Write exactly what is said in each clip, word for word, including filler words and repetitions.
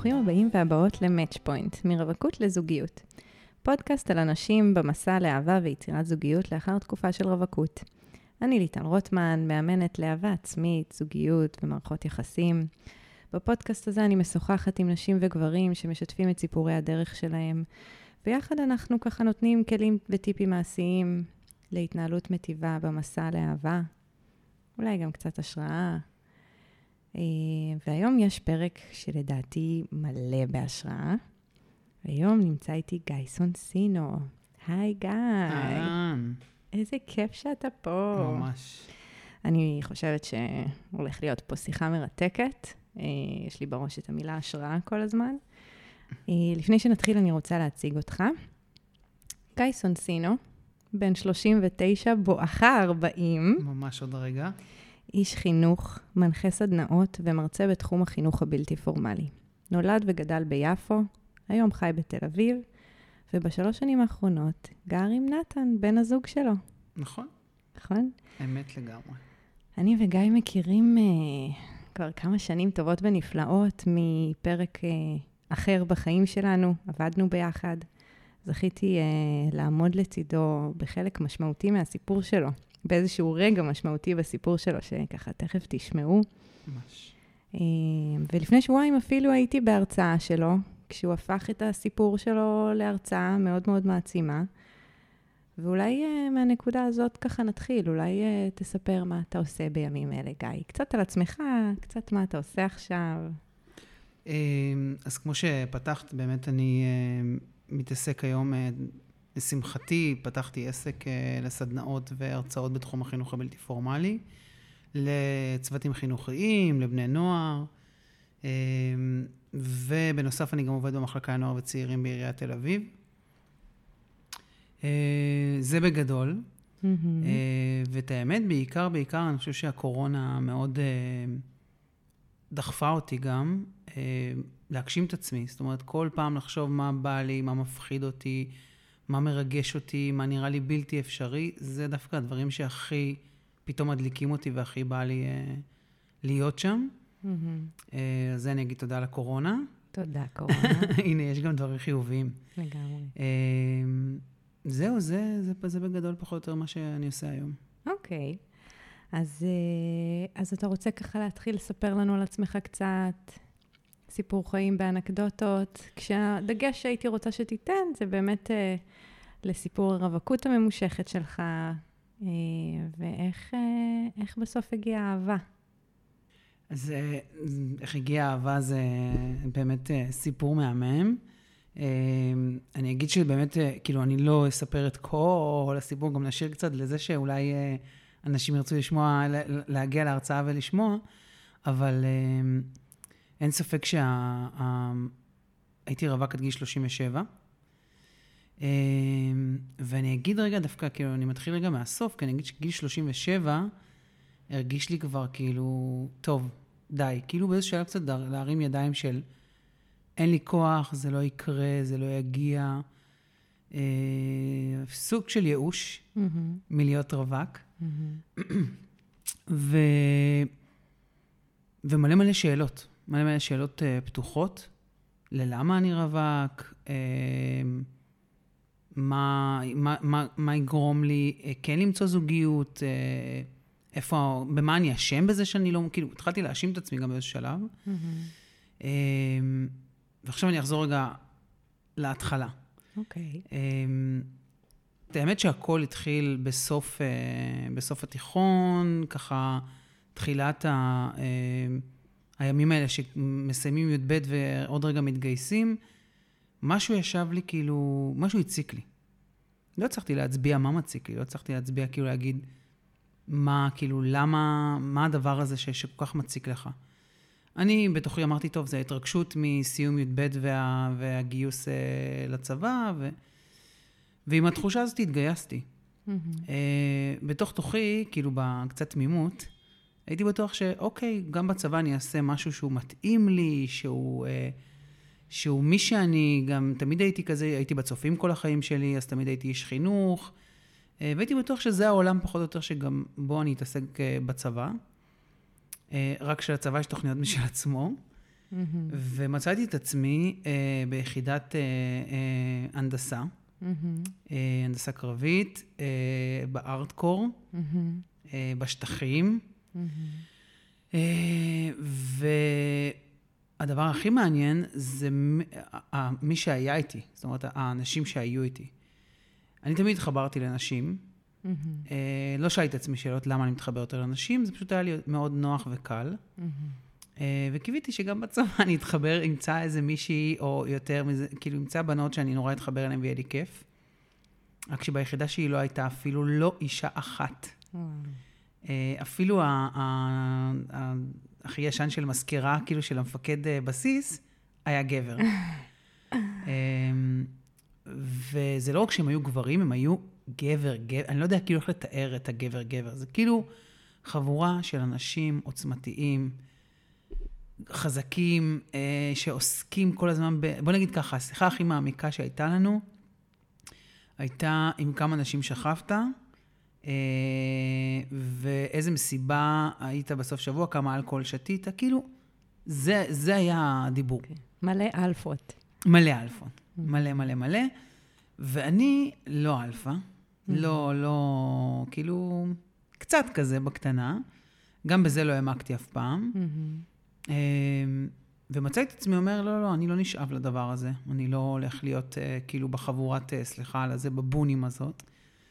ברוכים הבאים והבאות ל-Match Point, מרווקות לזוגיות. פודקאסט על אנשים במסע לאהבה ויצירת זוגיות לאחר תקופה של רווקות. אני ליטל רוטמן, מאמנת לאהבה עצמית, זוגיות ומערכות יחסים. בפודקאסט הזה אני משוחחת עם נשים וגברים שמשתפים את סיפורי הדרך שלהם, ויחד אנחנו ככה נותנים כלים וטיפים מעשיים להתנהלות מטיבה במסע לאהבה, אולי גם קצת השראה. והיום יש פרק שלדעתי מלא בהשראה. היום נמצא איתי גיא סונסינו. היי גיא. אהלן. איזה כיף שאתה פה. ממש. אני חושבת שהולך להיות פה שיחה מרתקת. יש לי בראש את המילה השראה כל הזמן. לפני שנתחיל אני רוצה להציג אותך. גיא סונסינו, בן שלושים ותשע, בואכה ארבעים. ממש עוד רגע. איש חינוך, מנחה סדנאות ומרצה בתחום החינוך הבלתי פורמלי. נולד וגדל ביפו, היום חי בתל אביב, ובשלוש שנים האחרונות גר עם נתן, בן הזוג שלו. נכון. נכון? אמת לגמרי. אני וגיא מכירים uh, כבר כמה שנים טובות ונפלאות מפרק uh, אחר בחיים שלנו, עבדנו ביחד. זכיתי uh, לעמוד לצידו בחלק משמעותי מהסיפור שלו. באיזשהו רגע משמעותי בסיפור שלו, שככה תכף תשמעו. ממש. ולפני שבועיים אפילו הייתי בהרצאה שלו, כשהוא הפך את הסיפור שלו להרצאה מאוד מאוד מעצימה. ואולי מהנקודה הזאת ככה נתחיל, אולי תספר מה אתה עושה בימים אלה, גיא. קצת על עצמך, קצת מה אתה עושה עכשיו. אז כמו שפתחת, באמת אני מתעסק היום, לשמחתי, פתחתי עסק לסדנאות והרצאות בתחום החינוך הבלתי פורמלי, לצוותים חינוכיים, לבני נוער, ובנוסף אני גם עובד במחלקה לנוער וצעירים בעיריית תל אביב. זה בגדול. Mm-hmm. ואת האמת, בעיקר, בעיקר, אני חושב שהקורונה מאוד דחפה אותי גם להגשים את עצמי. זאת אומרת, כל פעם לחשוב מה בא לי, מה מפחיד אותי, מה מרגש אותי, מה נראה לי בלתי אפשרי, זה דווקא הדברים שהכי פתאום מדליקים אותי והכי בא לי אה, להיות שם. Mm-hmm. אה, אז זה אני אגיד תודה לקורונה. תודה, קורונה. הנה, יש גם דברים חיוביים. לגמרי. אה, זהו, זה, זה, זה בגדול פחות או יותר מה שאני עושה היום. אוקיי. אז, אז אתה רוצה ככה להתחיל לספר לנו על עצמך קצת, סיפור חיים באנקדוטות, כשהדגש שהייתי רוצה שתיתן, זה באמת אה, לסיפור הרווקות הממושכת שלך, אה, ואיך אה, איך בסוף הגיעה האהבה. אז אה, איך הגיעה האהבה זה באמת אה, סיפור מהמם. אה, אני אגיד שבאמת, אה, כאילו, אני לא אספר את כל הסיפור, גם נשאיר קצת לזה שאולי אה, אנשים ירצו לשמוע, להגיע להרצאה ולשמוע, אבל אה, אין ספק שהייתי רווק עד גיל שלושים ושבע, ואני אגיד רגע דווקא, כאילו, אני מתחיל רגע מהסוף, כי אני אגיד שגיל שלושים ושבע הרגיש לי כבר כאילו, טוב, די, כאילו באיזו שאלה קצת להרים ידיים של אין לי כוח, זה לא יקרה, זה לא יגיע, סוג של ייאוש mm-hmm. מלהיות רווק, mm-hmm. ו... ומלא מלא שאלות. מלא מלא שאלות uh, פתוחות, ללמה אני רווק, uh, מה, מה, מה, מה יגרום לי, uh, כן למצוא זוגיות, uh, איפה, במה אני אשם בזה שאני לא, כאילו, התחלתי להאשים את עצמי גם באיזה שלב, mm-hmm. uh, ועכשיו אני אחזור רגע להתחלה. אוקיי. Okay. Uh, האמת שהכל התחיל בסוף, uh, בסוף התיכון, ככה, תחילת ה... Uh, הימים האלה שמסיימים י' ב' ועוד רגע מתגייסים, משהו ישב לי כאילו, משהו הציק לי. לא הצלחתי להצביע מה מציק לי, לא הצלחתי להצביע כאילו להגיד מה, כאילו, למה, מה הדבר הזה ש, שכל כך מציק לך. אני בתוכי אמרתי, טוב, זה התרגשות מסיום י' ב' וה, והגיוס אה, לצבא, ו, ועם התחושה הזאת התגייסתי. Mm-hmm. אה, בתוך תוכי, כאילו בקצת תמימות, הייתי בטוח שאוקיי, גם בצבא אני אעשה משהו שהוא מתאים לי, שהוא, אה, שהוא מי שאני, גם תמיד הייתי כזה, הייתי בצופים כל החיים שלי, אז תמיד הייתי איש חינוך, אה, והייתי בטוח שזה העולם פחות או יותר שגם בו אני אתעסק אה, בצבא, אה, רק שלצבא יש תוכניות משל עצמו, ומצאתי את עצמי אה, ביחידת אה, אה, הנדסה, אה, הנדסה קרבית, אה, בארטקור, אה, בשטחים, אה, והדבר הכי מעניין זה מ- ה- מי שהיה איתי, זאת אומרת, האנשים שהיו איתי. אני תמיד התחברתי לנשים, אה, לא שאלתי את עצמי שאלות למה אני מתחבר יותר לנשים, זה פשוט היה לי מאוד נוח וקל. וקיוויתי שגם בצבא אני אתחבר, אמצא איזה מישהי או יותר מזה, כאילו אמצא בנות שאני נורא אתחבר אליהן ויהיה לי כיף. רק שביחידה שלי לא הייתה אפילו לא אישה אחת. אפילו הכי ישן של מזכירה, כאילו של המפקד בסיס, היה גבר. וזה לא רק שהם היו גברים, הם היו גבר, גבר, אני לא יודע כאילו איך לתאר את הגבר גבר, זה כאילו חבורה של אנשים עוצמתיים, חזקים, אה, שעוסקים כל הזמן, ב... בוא נגיד ככה, השיחה הכי מעמיקה שהייתה לנו, הייתה עם כמה אנשים שכבת, אה, ואיזה מסיבה היית בסוף שבוע, כמה אלכוהול שתית, כאילו, זה, זה היה הדיבור. Okay. מלא אלפות. מלא אלפות, mm-hmm. מלא מלא מלא, ואני לא אלפה, mm-hmm. לא, לא, כאילו, קצת כזה בקטנה, גם בזה לא העמקתי אף פעם, mm-hmm. ומצאתי את עצמי אומר, לא, לא, אני לא נשאב לדבר הזה. אני לא הולך להיות כאילו בחבורת, סליחה על הזה, בבונים הזאת.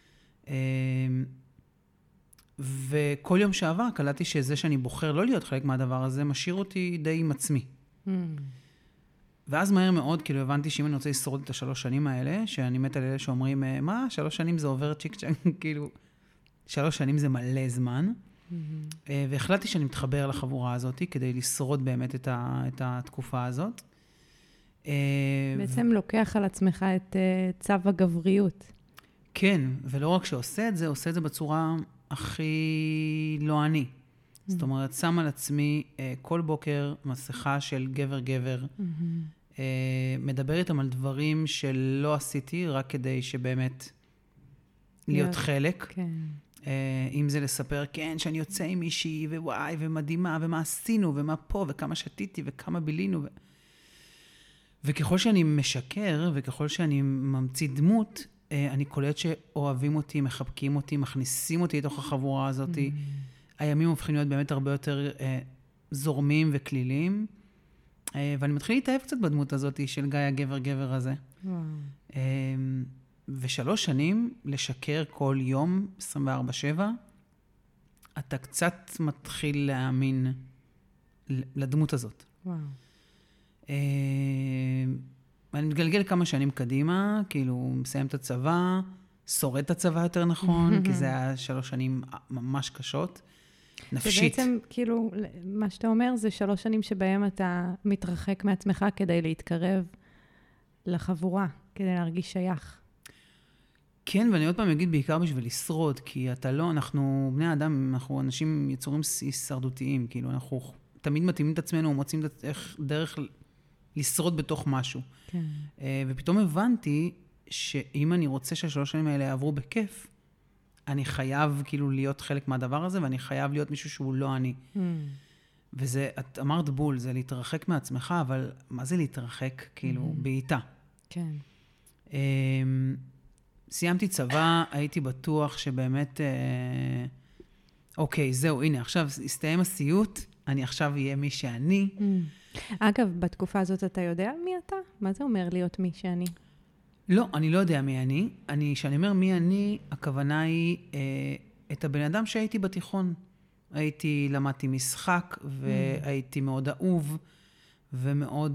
וכל יום שעבר קלטתי שזה שאני בוחר לא להיות חלק מהדבר הזה, משאיר אותי די עם עצמי. ואז מהר מאוד, כאילו, הבנתי שאם אני רוצה לשרוד את השלוש שנים האלה, שאני מת על אלה שאומרים, מה, שלוש שנים זה עובר צ'יק צ'ק, כאילו, שלוש שנים זה מלא זמן. והחלטתי שאני מתחבר לחבורה הזאת, כדי לשרוד באמת את, ה, את התקופה הזאת. בעצם ו... לוקח על עצמך את uh, צו הגבריות. כן, ולא רק שעושה את זה, עושה את זה בצורה הכי לא אני. Mm-hmm. זאת אומרת, שם על עצמי uh, כל בוקר מסכה של גבר-גבר, mm-hmm. uh, מדבר איתם על דברים שלא עשיתי, רק כדי שבאמת להיות yeah. חלק. כן. Uh, אם זה לספר, כן, שאני יוצא עם מישהי, ווואי, ומדהימה, ומה עשינו, ומה פה, וכמה שתיתי, וכמה בילינו. ו... וככל שאני משקר, וככל שאני ממציא דמות, uh, אני קולט שאוהבים אותי, מחבקים אותי, מכניסים אותי לתוך החבורה הזאת. Mm-hmm. הימים הופכים להיות באמת הרבה יותר uh, זורמים וכלילים. Uh, ואני מתחיל להתאהב קצת בדמות הזאת של גיא הגבר-גבר הזה. Wow. Uh, ושלוש שנים לשקר כל יום, עשרים וארבע שבע, אתה קצת מתחיל להאמין לדמות הזאת. וואו. אה, אני מתגלגל כמה שנים קדימה, כאילו מסיים את הצבא, שורד את הצבא יותר נכון, כי זה היה שלוש שנים ממש קשות, נפשית. ובעצם, כאילו, מה שאתה אומר זה שלוש שנים שבהם אתה מתרחק מעצמך כדי להתקרב לחבורה, כדי להרגיש שייך. כן, ואני עוד פעם אגיד בעיקר בשביל לשרוד, כי אתה לא, אנחנו, בני האדם, אנחנו אנשים יצורים הישרדותיים, כאילו אנחנו תמיד מתאימים את עצמנו, ומוצאים איך דרך לשרוד בתוך משהו. כן. ופתאום הבנתי שאם אני רוצה שהשלוש שנים האלה יעברו בכיף, אני חייב כאילו להיות חלק מהדבר הזה, ואני חייב להיות מישהו שהוא לא אני. Mm. וזה, את אמרת בול, זה להתרחק מעצמך, אבל מה זה להתרחק? כאילו, mm. בעיטה. כן. סיימתי צבא, הייתי בטוח שבאמת, אה, אוקיי, זהו, הנה, עכשיו הסתיים הסיוט, אני עכשיו אהיה מי שאני. Mm. אגב, בתקופה הזאת אתה יודע מי אתה? מה זה אומר להיות מי שאני? לא, אני לא יודע מי אני. אני, כשאני אומר מי אני, הכוונה היא אה, את הבן אדם שהייתי בתיכון. הייתי, למדתי משחק, והייתי mm. מאוד אהוב, ומאוד...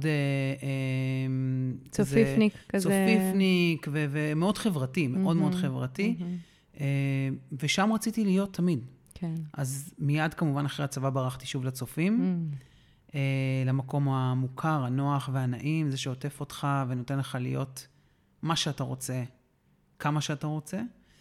צופיפניק כזה. צופיפניק, ו- ומאוד חברתי, מאוד מאוד חברתי. ושם רציתי להיות תמיד. כן. אז מיד כמובן אחרי הצבא ברחתי שוב לצופים, למקום המוכר, הנוח והנעים, זה שעוטף אותך ונותן לך להיות מה שאתה רוצה, כמה שאתה רוצה.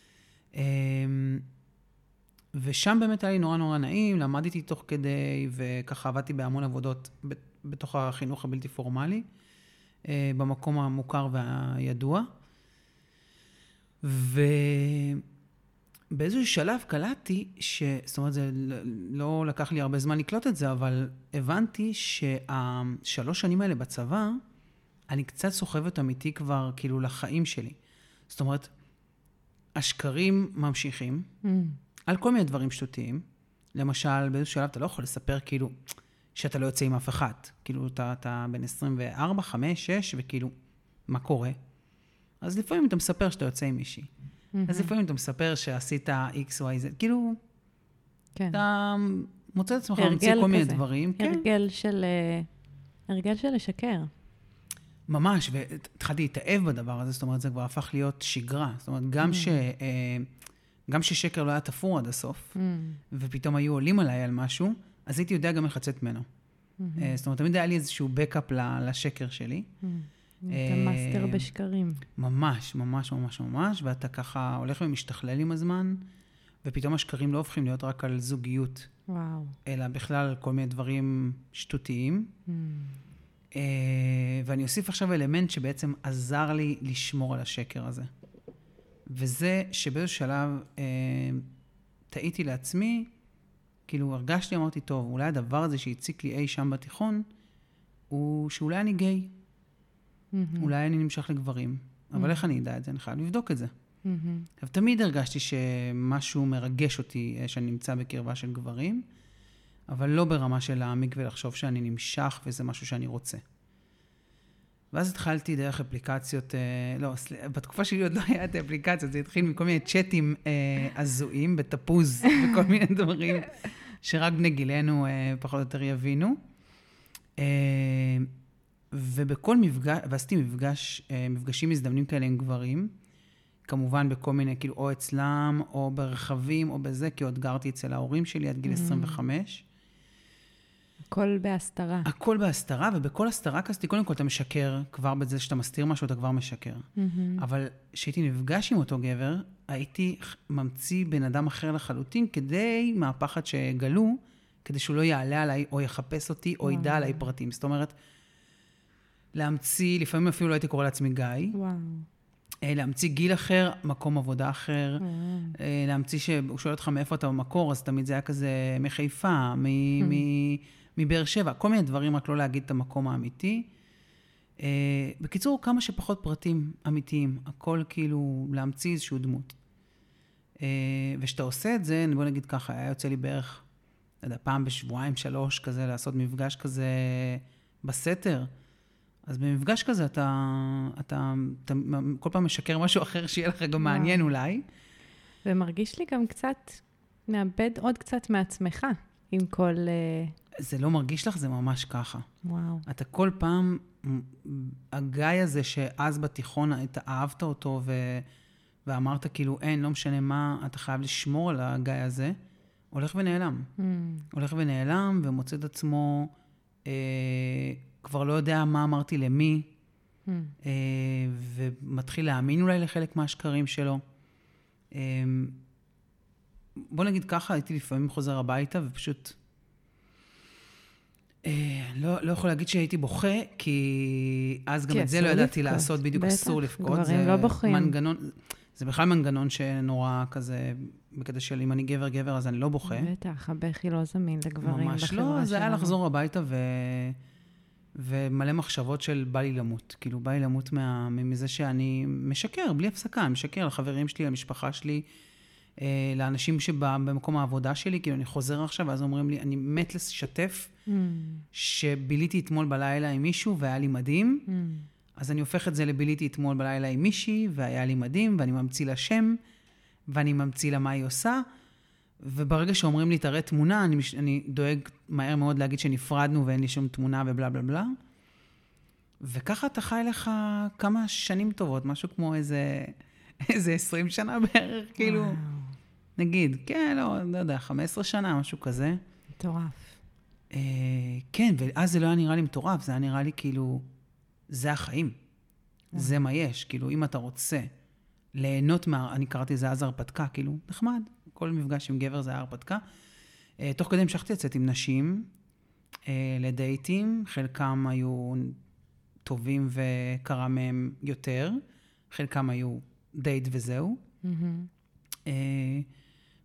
ושם באמת היה לי נורא נורא נעים, למדתי תוך כדי, וככה עבדתי בהמון עבודות בתוך החינוך הבלתי פורמלי, במקום המוכר והידוע. ו... באיזשהו שלב קלטתי, ש... זאת אומרת, זה לא לקח לי הרבה זמן לקלוט את זה, אבל הבנתי שהשלוש שנים האלה בצבא, אני קצת סוחבת אמיתי כבר, כאילו, לחיים שלי. זאת אומרת, השקרים ממשיכים, mm. על כל מיני דברים שטותיים. למשל, באיזשהו שלב אתה לא יכול לספר, כאילו, שאתה לא יוצא עם אף אחד. כאילו, אתה, אתה בין עשרים וארבע, חמש, שש, וכאילו, מה קורה? אז לפעמים אתה מספר שאתה יוצא עם מישהי. Mm-hmm. אז לפעמים אתה מספר שעשית X, Y, Z. כאילו, כן. אתה מוצא את עצמך, מוצא כל מיני דברים. הרגל של, הרגל של לשקר. ממש, והתחלתי להתאהב בדבר הזה, זאת אומרת, זה כבר הפך להיות שגרה. זאת אומרת, גם, mm. ש, גם ששקר לא היה תפור עד הסוף, mm. ופתאום היו עולים עליי על משהו, אז הייתי יודע גם איך לצאת ממנו. Mm-hmm. זאת אומרת, תמיד היה לי איזשהו בקאפ לשקר שלי. Mm. אתה מאסטר בשקרים. ממש, ממש, ממש, ממש, ואתה ככה הולך ומשתכלל עם הזמן, ופתאום השקרים לא הופכים להיות רק על זוגיות, וואו. אלא בכלל כל מיני דברים שטותיים. Mm. ואני אוסיף עכשיו אלמנט שבעצם עזר לי לשמור על השקר הזה. וזה שבאיזשהו שלב טעיתי לעצמי, כאילו הרגשתי, אמרתי, טוב, אולי הדבר הזה שהציק לי אי שם בתיכון, הוא שאולי אני גיי. Mm-hmm. אולי אני נמשך לגברים. אבל mm-hmm. איך אני אדע את זה? אני חייב לבדוק את זה. Mm-hmm. אבל תמיד הרגשתי שמשהו מרגש אותי שאני נמצא בקרבה של גברים, אבל לא ברמה של להעמיק ולחשוב שאני נמשך וזה משהו שאני רוצה. ואז התחלתי דרך אפליקציות, לא, בתקופה שלי עוד לא היה את האפליקציות, זה התחיל מכל מיני צ'אטים הזויים, בתפוז וכל מיני דברים שרק בני גילנו פחות או יותר יבינו. ובכל מפגש, ועשיתי מפגש, מפגשים מזדמנים כאלה עם גברים, כמובן בכל מיני, כאילו, או אצלם, או ברחבים, או בזה, כי עוד גרתי אצל ההורים שלי עד גיל עשרים וחמש. הכל בהסתרה. הכל בהסתרה, ובכל הסתרה כזאת, קודם כל אתה משקר, כבר בזה שאתה מסתיר משהו, אתה כבר משקר. אבל כשהייתי נפגש עם אותו גבר, הייתי ממציא בן אדם אחר לחלוטין, כדי, מהפחד שגלו, כדי שהוא לא יעלה עליי, או יחפש אותי, או ידע עליי פרטים. זאת אומרת, להמציא, לפעמים אפילו לא הייתי קורא לעצמי גיא. וואו. להמציא גיל אחר, מקום עבודה אחר. להמציא שהוא שואל אותך מאיפה אתה במקור, אז תמיד זה היה כזה מחיפה, מבאר שבע. כל מיני דברים, רק לא להגיד את המקום האמיתי. בקיצור, כמה שפחות פרטים אמיתיים. הכל כאילו להמציא איזשהו דמות. ושאתה עושה את זה, בוא נגיד ככה, היה יוצא לי בערך, לא יודע, פעם בשבועיים, שלוש, כזה, לעשות מפגש כזה בסתר. אז במפגש כזה אתה, אתה, אתה כל פעם משקר משהו אחר שיהיה לך גם מעניין אולי. ומרגיש לי גם קצת, מאבד עוד קצת מעצמך עם כל... זה לא מרגיש לך, זה ממש ככה. וואו. אתה כל פעם, הגיא הזה שאז בתיכון, אתה אהבת אותו ו, ואמרת כאילו, אין, לא משנה מה, אתה חייב לשמור על הגיא הזה, הולך ונעלם. Mm. הולך ונעלם ומוצא את עצמו... אה, כבר לא יודע מה אמרתי למי, hmm. ומתחיל להאמין אולי לחלק מהשקרים שלו. בוא נגיד ככה, הייתי לפעמים חוזר הביתה, ופשוט לא, לא יכול להגיד שהייתי בוכה, כי אז גם את זה לא ידעתי לעשות, בדיוק אסור לבכות. גברים לא בוכים. מנגנון, זה בכלל מנגנון שנורא כזה, בקטע של אם אני גבר גבר, אז אני לא בוכה. בטח, הבכי לא זמין לגברים. ממש לא, זה היה לחזור הביתה ו... ומלא מחשבות של בא לי למות. כאילו, בא לי למות מה, מזה שאני משקר, בלי הפסקה. אני משקר לחברים שלי, למשפחה שלי, אה, לאנשים שבמקום העבודה שלי, כאילו, אני חוזר עכשיו, ואז אומרים לי, אני מת לשתף, mm. שביליתי אתמול בלילה עם מישהו, והיה לי מדהים. Mm. אז אני הופך את זה לביליתי אתמול בלילה עם מישהי, והיה לי מדהים, ואני ממציא לה שם, ואני ממציא לה מה היא עושה, וברגע שאומרים לי, תראה תמונה, אני, אני דואג מהר מאוד להגיד שנפרדנו ואין לי שום תמונה ובלה בלה בלה. וככה אתה חי לך כמה שנים טובות, משהו כמו איזה, איזה עשרים שנה בערך, כאילו. וואו. נגיד, כן, לא, לא יודע, חמש עשרה שנה, משהו כזה. מטורף. אה, כן, ואז זה לא היה נראה לי מטורף, זה היה נראה לי כאילו, זה החיים. וואו. זה מה יש, כאילו, אם אתה רוצה ליהנות מה, אני קראתי זה אז הרפתקה, כאילו, נחמד. כל מפגש עם גבר זה היה הרפתקה. תוך כדי המשכתי לצאת עם נשים לדייטים, חלקם היו טובים וקרה מהם יותר, חלקם היו דייט וזהו. Mm-hmm.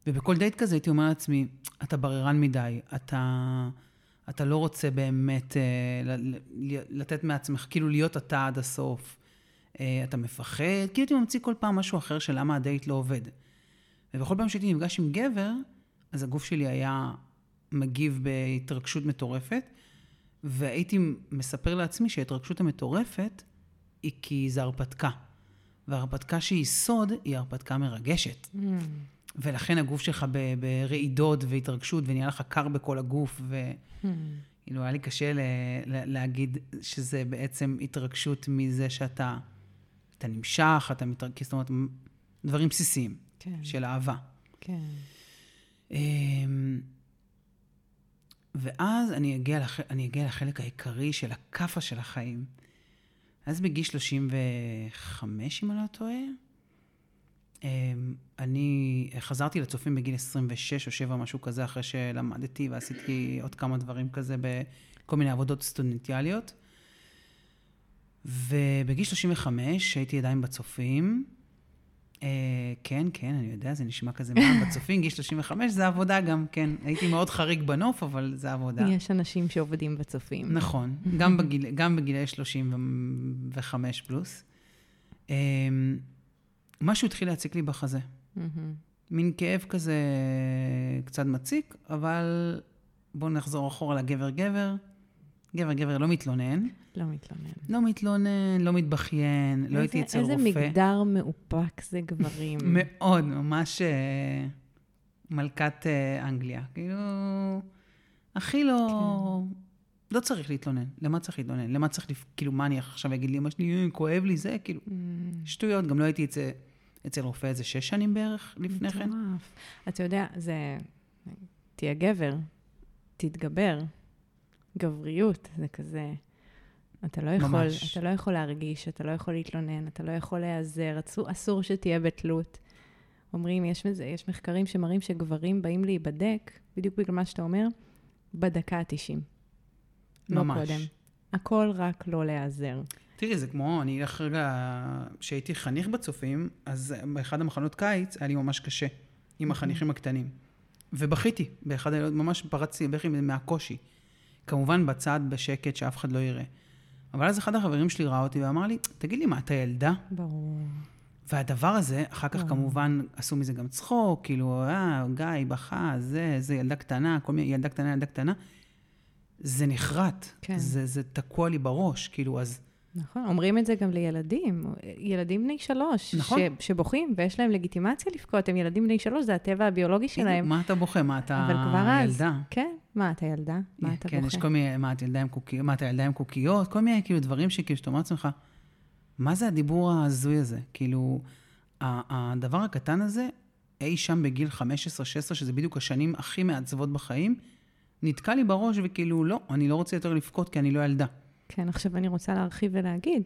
ובכל דייט כזה הייתי אומר לעצמי, אתה בררן מדי, אתה, אתה לא רוצה באמת לתת מעצמך, כאילו להיות אתה עד הסוף. אתה מפחד, כאילו הייתי ממציא כל פעם משהו אחר של למה הדייט לא עובד. ובכל פעם שהייתי נפגש עם גבר, אז הגוף שלי היה מגיב בהתרגשות מטורפת, והייתי מספר לעצמי שההתרגשות המטורפת היא כי זה הרפתקה. וההרפתקה שהיא סוד, היא הרפתקה מרגשת. Mm. ולכן הגוף שלך ברעידות והתרגשות, ונהיה לך קר בכל הגוף, וכאילו היה לי קשה ל- ל- להגיד שזה בעצם התרגשות מזה שאתה אתה נמשך, אתה מתרגש, זאת אומרת, דברים בסיסיים כן. של אהבה. כן. ואז אני אגיע, לח... אני אגיע לחלק העיקרי של הקפה של החיים. אז בגיל שלושים וחמש, אם אני לא טועה, אני חזרתי לצופים בגיל עשרים ושש או שבע, משהו כזה, אחרי שלמדתי ועשיתי עוד כמה דברים כזה בכל מיני עבודות סטודנטיאליות. ובגיל שלושים וחמש הייתי עדיין בצופים. כן, כן, אני יודע, זה נשמע כזה מאוד בצופים. גיל שלושים וחמש זה עבודה גם, כן. הייתי מאוד חריג בנוף, אבל זה עבודה. יש אנשים שעובדים בצופים. נכון, גם בגיל, גם בגילי שלושים וחמש פלוס. משהו התחיל להציק לי בחזה. מין כאב כזה קצת מציק, אבל בואו נחזור אחורה לגבר גבר. גבר גבר לא מתלונן. לא מתלונן. לא מתלונן, לא מתבכיין, לא הייתי אצל רופא. איזה מגדר מאופק זה גברים. מאוד, ממש מלכת אנגליה. כאילו, הכי לא... לא צריך להתלונן. למה צריך להתלונן? למה צריך, כאילו, מה אני עכשיו אגיד לי, אמא שלי, כואב לי זה, כאילו, שטויות. גם לא הייתי אצל רופא איזה שש שנים בערך לפני כן. אתה יודע, זה... תהיה גבר, תתגבר. גבריות, זה כזה... אתה לא יכול, אתה לא יכול להרגיש, אתה לא יכול להתלונן, אתה לא יכול להיעזר, אסור, אסור שתהיה בתלות. אומרים, יש מזה, יש מחקרים שמראים שגברים באים להיבדק, בדיוק בגלל מה שאתה אומר, בדקה ה-תשעים. ממש. לא קודם. הכל רק לא להיעזר. תראי, זה כמו, אני אלך רגע, שהייתי חניך בצופים, אז באחד המחנות קיץ היה לי ממש קשה, עם החניכים הקטנים. ובכיתי, באחד, ממש פרצתי בכי מהקושי. כמובן בצד, בשקט, שאף אחד לא יראה. אבל אז אחד החברים שלי ראה אותי ואמר לי, תגיד לי, מה, אתה ילדה? ברור. והדבר הזה, אחר כך כמובן עשו מזה גם צחוק, כאילו, אה, גיא, בכה, זה, זה ילדה קטנה, כל מיני, ילדה קטנה, ילדה קטנה. זה נחרט. כן. זה, זה תקוע לי בראש, כאילו, אז... נכון, אומרים את זה גם לילדים, ילדים בני שלוש, נכון. ש, שבוכים ויש להם לגיטימציה לבכות, הם ילדים בני שלוש, זה הטבע הביולוגי שלהם. מה אתה בוכה? מה אתה אבל כבר ילדה? אז, כן, מה אתה ילדה? מה אתה כן, בוכה? יש כל מיני, מה אתה ילדה עם קוקיות, מה אתה ילדה עם קוקיות, כל מיני כאילו דברים שכאילו שאתה אומר לעצמך, מה זה הדיבור ההזוי הזה? כאילו, הדבר הקטן הזה, אי שם בגיל חמש עשרה שש עשרה, שזה בדיוק השנים הכי מעצבות בחיים, נתקע לי בראש וכאילו, לא, אני לא רוצה יותר לבכות כי אני לא ילדה. כן, עכשיו אני רוצה להרחיב ולהגיד,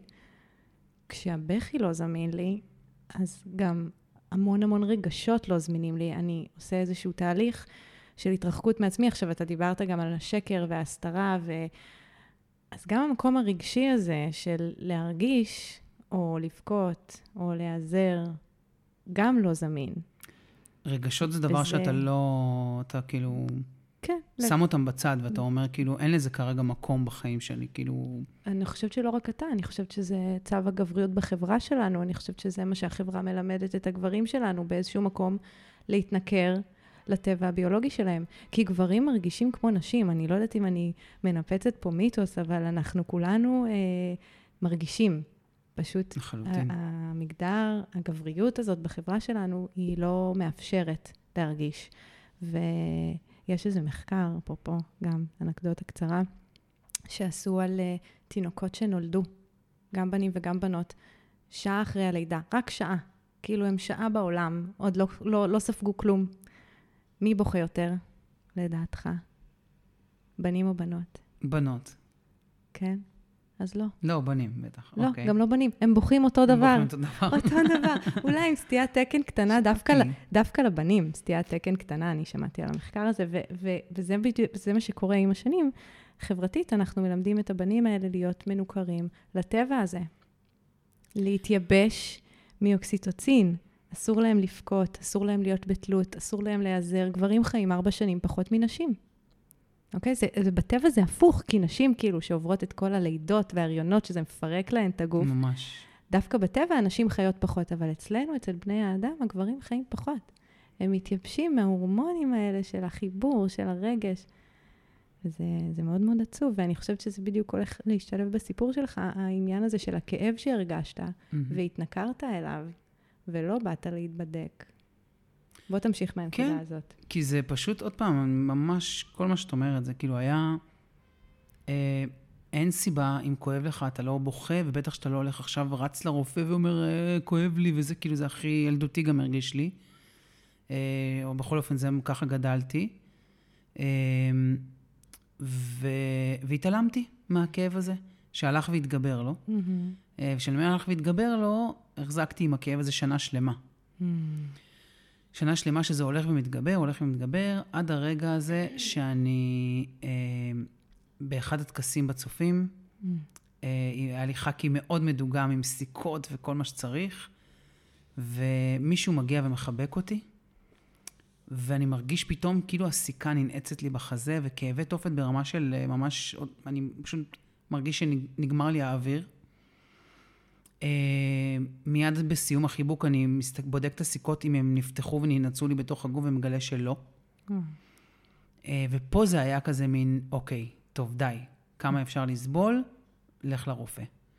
כשהבכי לא זמין לי, אז גם המון המון רגשות לא זמינים לי. אני עושה איזשהו תהליך של התרחקות מעצמי. עכשיו אתה דיברת גם על השקר וההסתרה, ו... אז גם המקום הרגשי הזה של להרגיש, או לבכות, או להיעזר, גם לא זמין. רגשות זה דבר וזה... שאתה לא, אתה כאילו... כן. שם אותם בצד, ואתה אומר, כאילו, אין לזה כרגע מקום בחיים שלי, כאילו... אני חושבת שלא רק אתה, אני חושבת שזה צו הגבריות בחברה שלנו, אני חושבת שזה מה שהחברה מלמדת את הגברים שלנו, באיזשהו מקום להתנכר לטבע הביולוגי שלהם. כי גברים מרגישים כמו נשים, אני לא יודעת אם אני מנפצת פה מיתוס, אבל אנחנו כולנו אה, מרגישים. פשוט לחלוטין. המגדר, הגבריות הזאת בחברה שלנו, היא לא מאפשרת להרגיש. ו... יש איזה מחקר, פה פה, גם אנקדוטה קצרה, שעשו על uh, תינוקות שנולדו, גם בנים וגם בנות, שעה אחרי הלידה, רק שעה, כאילו הם שעה בעולם, עוד לא, לא, לא ספגו כלום. מי בוכה יותר, לדעתך? בנים או בנות? בנות. כן? אז לא. לא, בנים, בטח. לא, אוקיי. גם לא בנים. הם בוכים אותו דבר. הם בוכים אותו דבר. אותו דבר. אולי עם סטיית תקן קטנה, דווקא, דווקא לבנים, סטיית תקן קטנה, אני שמעתי על המחקר הזה, ו- ו- וזה, וזה מה שקורה עם השנים. חברתית, אנחנו מלמדים את הבנים האלה להיות מנוכרים לטבע הזה. להתייבש מאוקסיטוצין. אסור להם לפקות, אסור להם להיות בתלות, אסור להם להיעזר. גברים חיים ארבע שנים פחות מנשים. אוקיי? זה, בטבע זה הפוך, כי נשים כאילו שעוברות את כל הלידות וההריונות, שזה מפרק להן את הגוף. ממש. דווקא בטבע הנשים חיות פחות, אבל אצלנו, אצל בני האדם, הגברים חיים פחות. הם מתייבשים מההורמונים האלה של החיבור, של הרגש. וזה זה מאוד מאוד עצוב, ואני חושבת שזה בדיוק הולך להשתלב בסיפור שלך, העניין הזה של הכאב שהרגשת, mm-hmm. והתנכרת אליו, ולא באת להתבדק. בוא תמשיך מהנקודה כן, הזאת. כי זה פשוט, עוד פעם, ממש, כל מה שאת אומרת, זה כאילו היה, אה, אין סיבה, אם כואב לך, אתה לא בוכה, ובטח שאתה לא הולך עכשיו רץ לרופא ואומר, אה, כואב לי, וזה כאילו, זה הכי ילדותי גם הרגיש לי. אה, או בכל אופן, זה ככה גדלתי. אה, ו... והתעלמתי מהכאב הזה, שהלך והתגבר לו. Mm-hmm. ושלמי הלך והתגבר לו, החזקתי עם הכאב הזה שנה שלמה. Mm-hmm. שנה שלמה שזה הולך ומתגבר, הולך ומתגבר, עד הרגע הזה שאני אה, באחד התקסים בצופים, mm-hmm. אה, היה לי חכי מאוד מדוגם עם סיכות וכל מה שצריך, ומישהו מגיע ומחבק אותי, ואני מרגיש פתאום כאילו הסיכה ננעצת לי בחזה, וכאבי תופת ברמה של ממש, אני פשוט מרגיש שנגמר לי האוויר. מיד בסיום החיבוק אני בודק את הסיכות אם הם נפתחו וננעצו לי בתוך הגוף ומגלה שלא. ופה זה היה כזה מין, אוקיי, טוב, די, כמה אפשר לסבול? לך לרופא.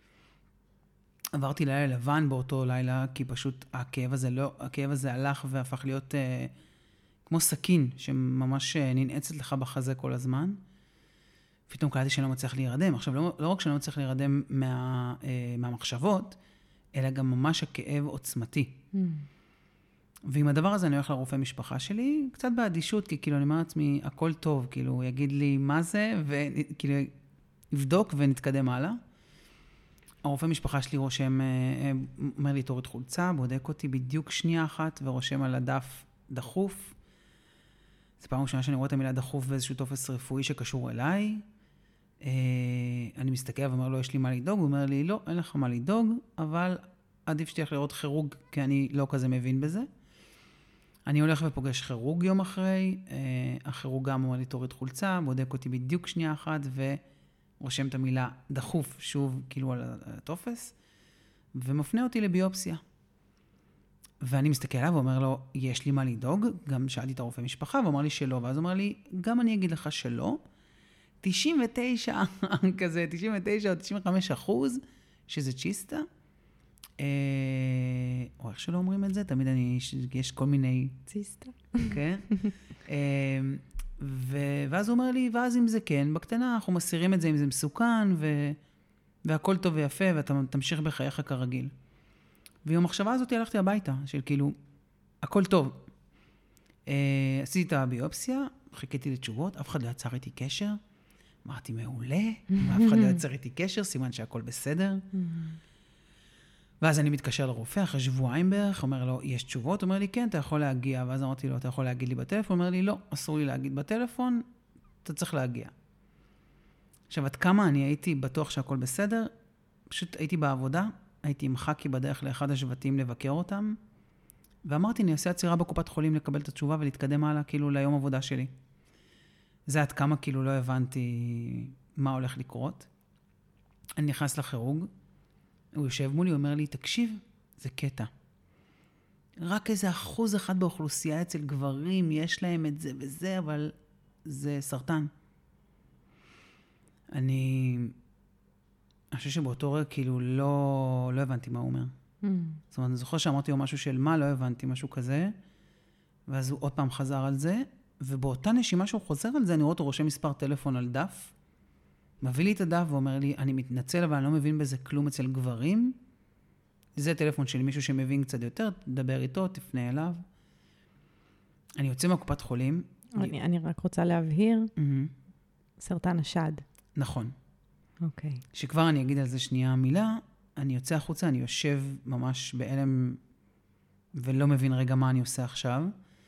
עברתי לילה לבן באותו לילה, כי פשוט הכאב הזה, לא, הכאב הזה הלך והפך להיות כמו סכין, שממש ננעצת לך בחזה כל הזמן. פתאום קלטתי שאני לא מצליח להירדם. עכשיו, לא, לא רק שאני לא מצליח להירדם מה, מהמחשבות, אלא גם ממש הכאב עוצמתי. Mm. ועם הדבר הזה אני הולך לרופא משפחה שלי, קצת באדישות, כי כאילו אני אומר לעצמי, הכל טוב, כאילו הוא יגיד לי מה זה, וכאילו יבדוק ונתקדם הלאה. הרופא משפחה שלי רושם, אומר לי, תוריד חולצה, בודק אותי בדיוק שנייה אחת, ורושם על הדף דחוף. זה פעם ראשונה שאני רואה את המילה דחוף באיזשהו טופס רפואי שקשור אליי. אני מסתכל ואומר לו, יש לי מה לדאוג? הוא אומר לי, לא, אין לך מה לדאוג, אבל עדיף שתלך לראות כירורג, כי אני לא כזה מבין בזה. אני הולך ופוגש כירורג יום אחרי, הכירורג גם אומר לי, תוריד חולצה, בודק אותי בדיוק שנייה אחת, ורושם את המילה דחוף שוב, כאילו על הטופס, ומפנה אותי לביופסיה. ואני מסתכל עליו ואומר לו, יש לי מה לדאוג, גם שאלתי את הרופא משפחה, ואומר לי שלא, ואז הוא אומר לי, גם אני אגיד לך שלא, תשעים ותשע, כזה, תשעים ותשע או תשעים וחמישה אחוז, שזה צ'יסטה, אה, או איך שלא אומרים את זה, תמיד אני, יש כל מיני... צ'יסטה. כן. אה, ו, ואז הוא אומר לי, ואז אם זה כן, בקטנה אנחנו מסירים את זה אם זה מסוכן, ו, והכל טוב ויפה, ואתה תמשיך בחייך כרגיל. ועם המחשבה הזאת הלכתי הביתה, של כאילו, הכל טוב. אה, עשיתי את הביופסיה, חיכיתי לתשובות, אף אחד לא יצר איתי קשר. אמרתי, מעולה, אף אחד לא יצר איתי קשר, סימן שהכל בסדר. ואז אני מתקשר לרופא, אחרי שבועיים בערך, אומר לו, יש תשובות? אומר לי, כן, אתה יכול להגיע. ואז אמרתי לו, אתה יכול להגיד לי בטלפון? אומר לי, לא, אסור לי להגיד בטלפון, אתה צריך להגיע. עכשיו, עד כמה אני הייתי בטוח שהכל בסדר? פשוט הייתי בעבודה, הייתי עם חכי בדרך לאחד השבטים לבקר אותם, ואמרתי, אני אעשה עצירה בקופת חולים לקבל את התשובה ולהתקדם הלאה, כאילו, ליום עבודה שלי. זה עד כמה, כאילו, לא הבנתי מה הולך לקרות. אני נכנס לכירורג, הוא יושב מולי, הוא אומר לי, תקשיב, זה קטע. רק איזה אחוז אחד באוכלוסייה אצל גברים, יש להם את זה וזה, אבל זה סרטן. אני... אני חושב שבאותו רגע כאילו לא, לא הבנתי מה הוא אומר. Mm. זאת אומרת, אני זוכר שאמרתי לו משהו של מה, לא הבנתי, משהו כזה, ואז הוא עוד פעם חזר על זה, ובאותה נשימה שהוא חוזר על זה, אני רואה אותו רושם מספר טלפון על דף, מביא לי את הדף ואומר לי, אני מתנצל, אבל אני לא מבין בזה כלום אצל גברים. זה טלפון של מישהו שמבין קצת יותר, תדבר איתו, תפנה אליו. אני יוצא מהקופת חולים. אני, אני רק רוצה להבהיר, mm-hmm. סרטן השד. נכון. אוקיי. Okay. שכבר אני אגיד על זה שנייה מילה, אני יוצא החוצה, אני יושב ממש באלם, ולא מבין רגע מה אני עושה עכשיו.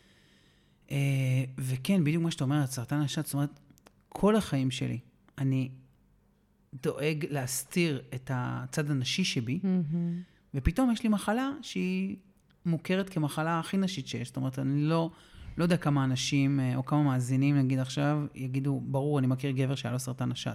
וכן, בדיוק מה שאתה אומרת, סרטן השד, זאת אומרת, כל החיים שלי, אני דואג להסתיר את הצד הנשי שבי, mm-hmm. ופתאום יש לי מחלה שהיא מוכרת כמחלה הכי נשית שיש. זאת אומרת, אני לא, לא יודע כמה אנשים או כמה מאזינים, נגיד עכשיו, יגידו, ברור, אני מכיר גבר שהיה לו סרטן השד.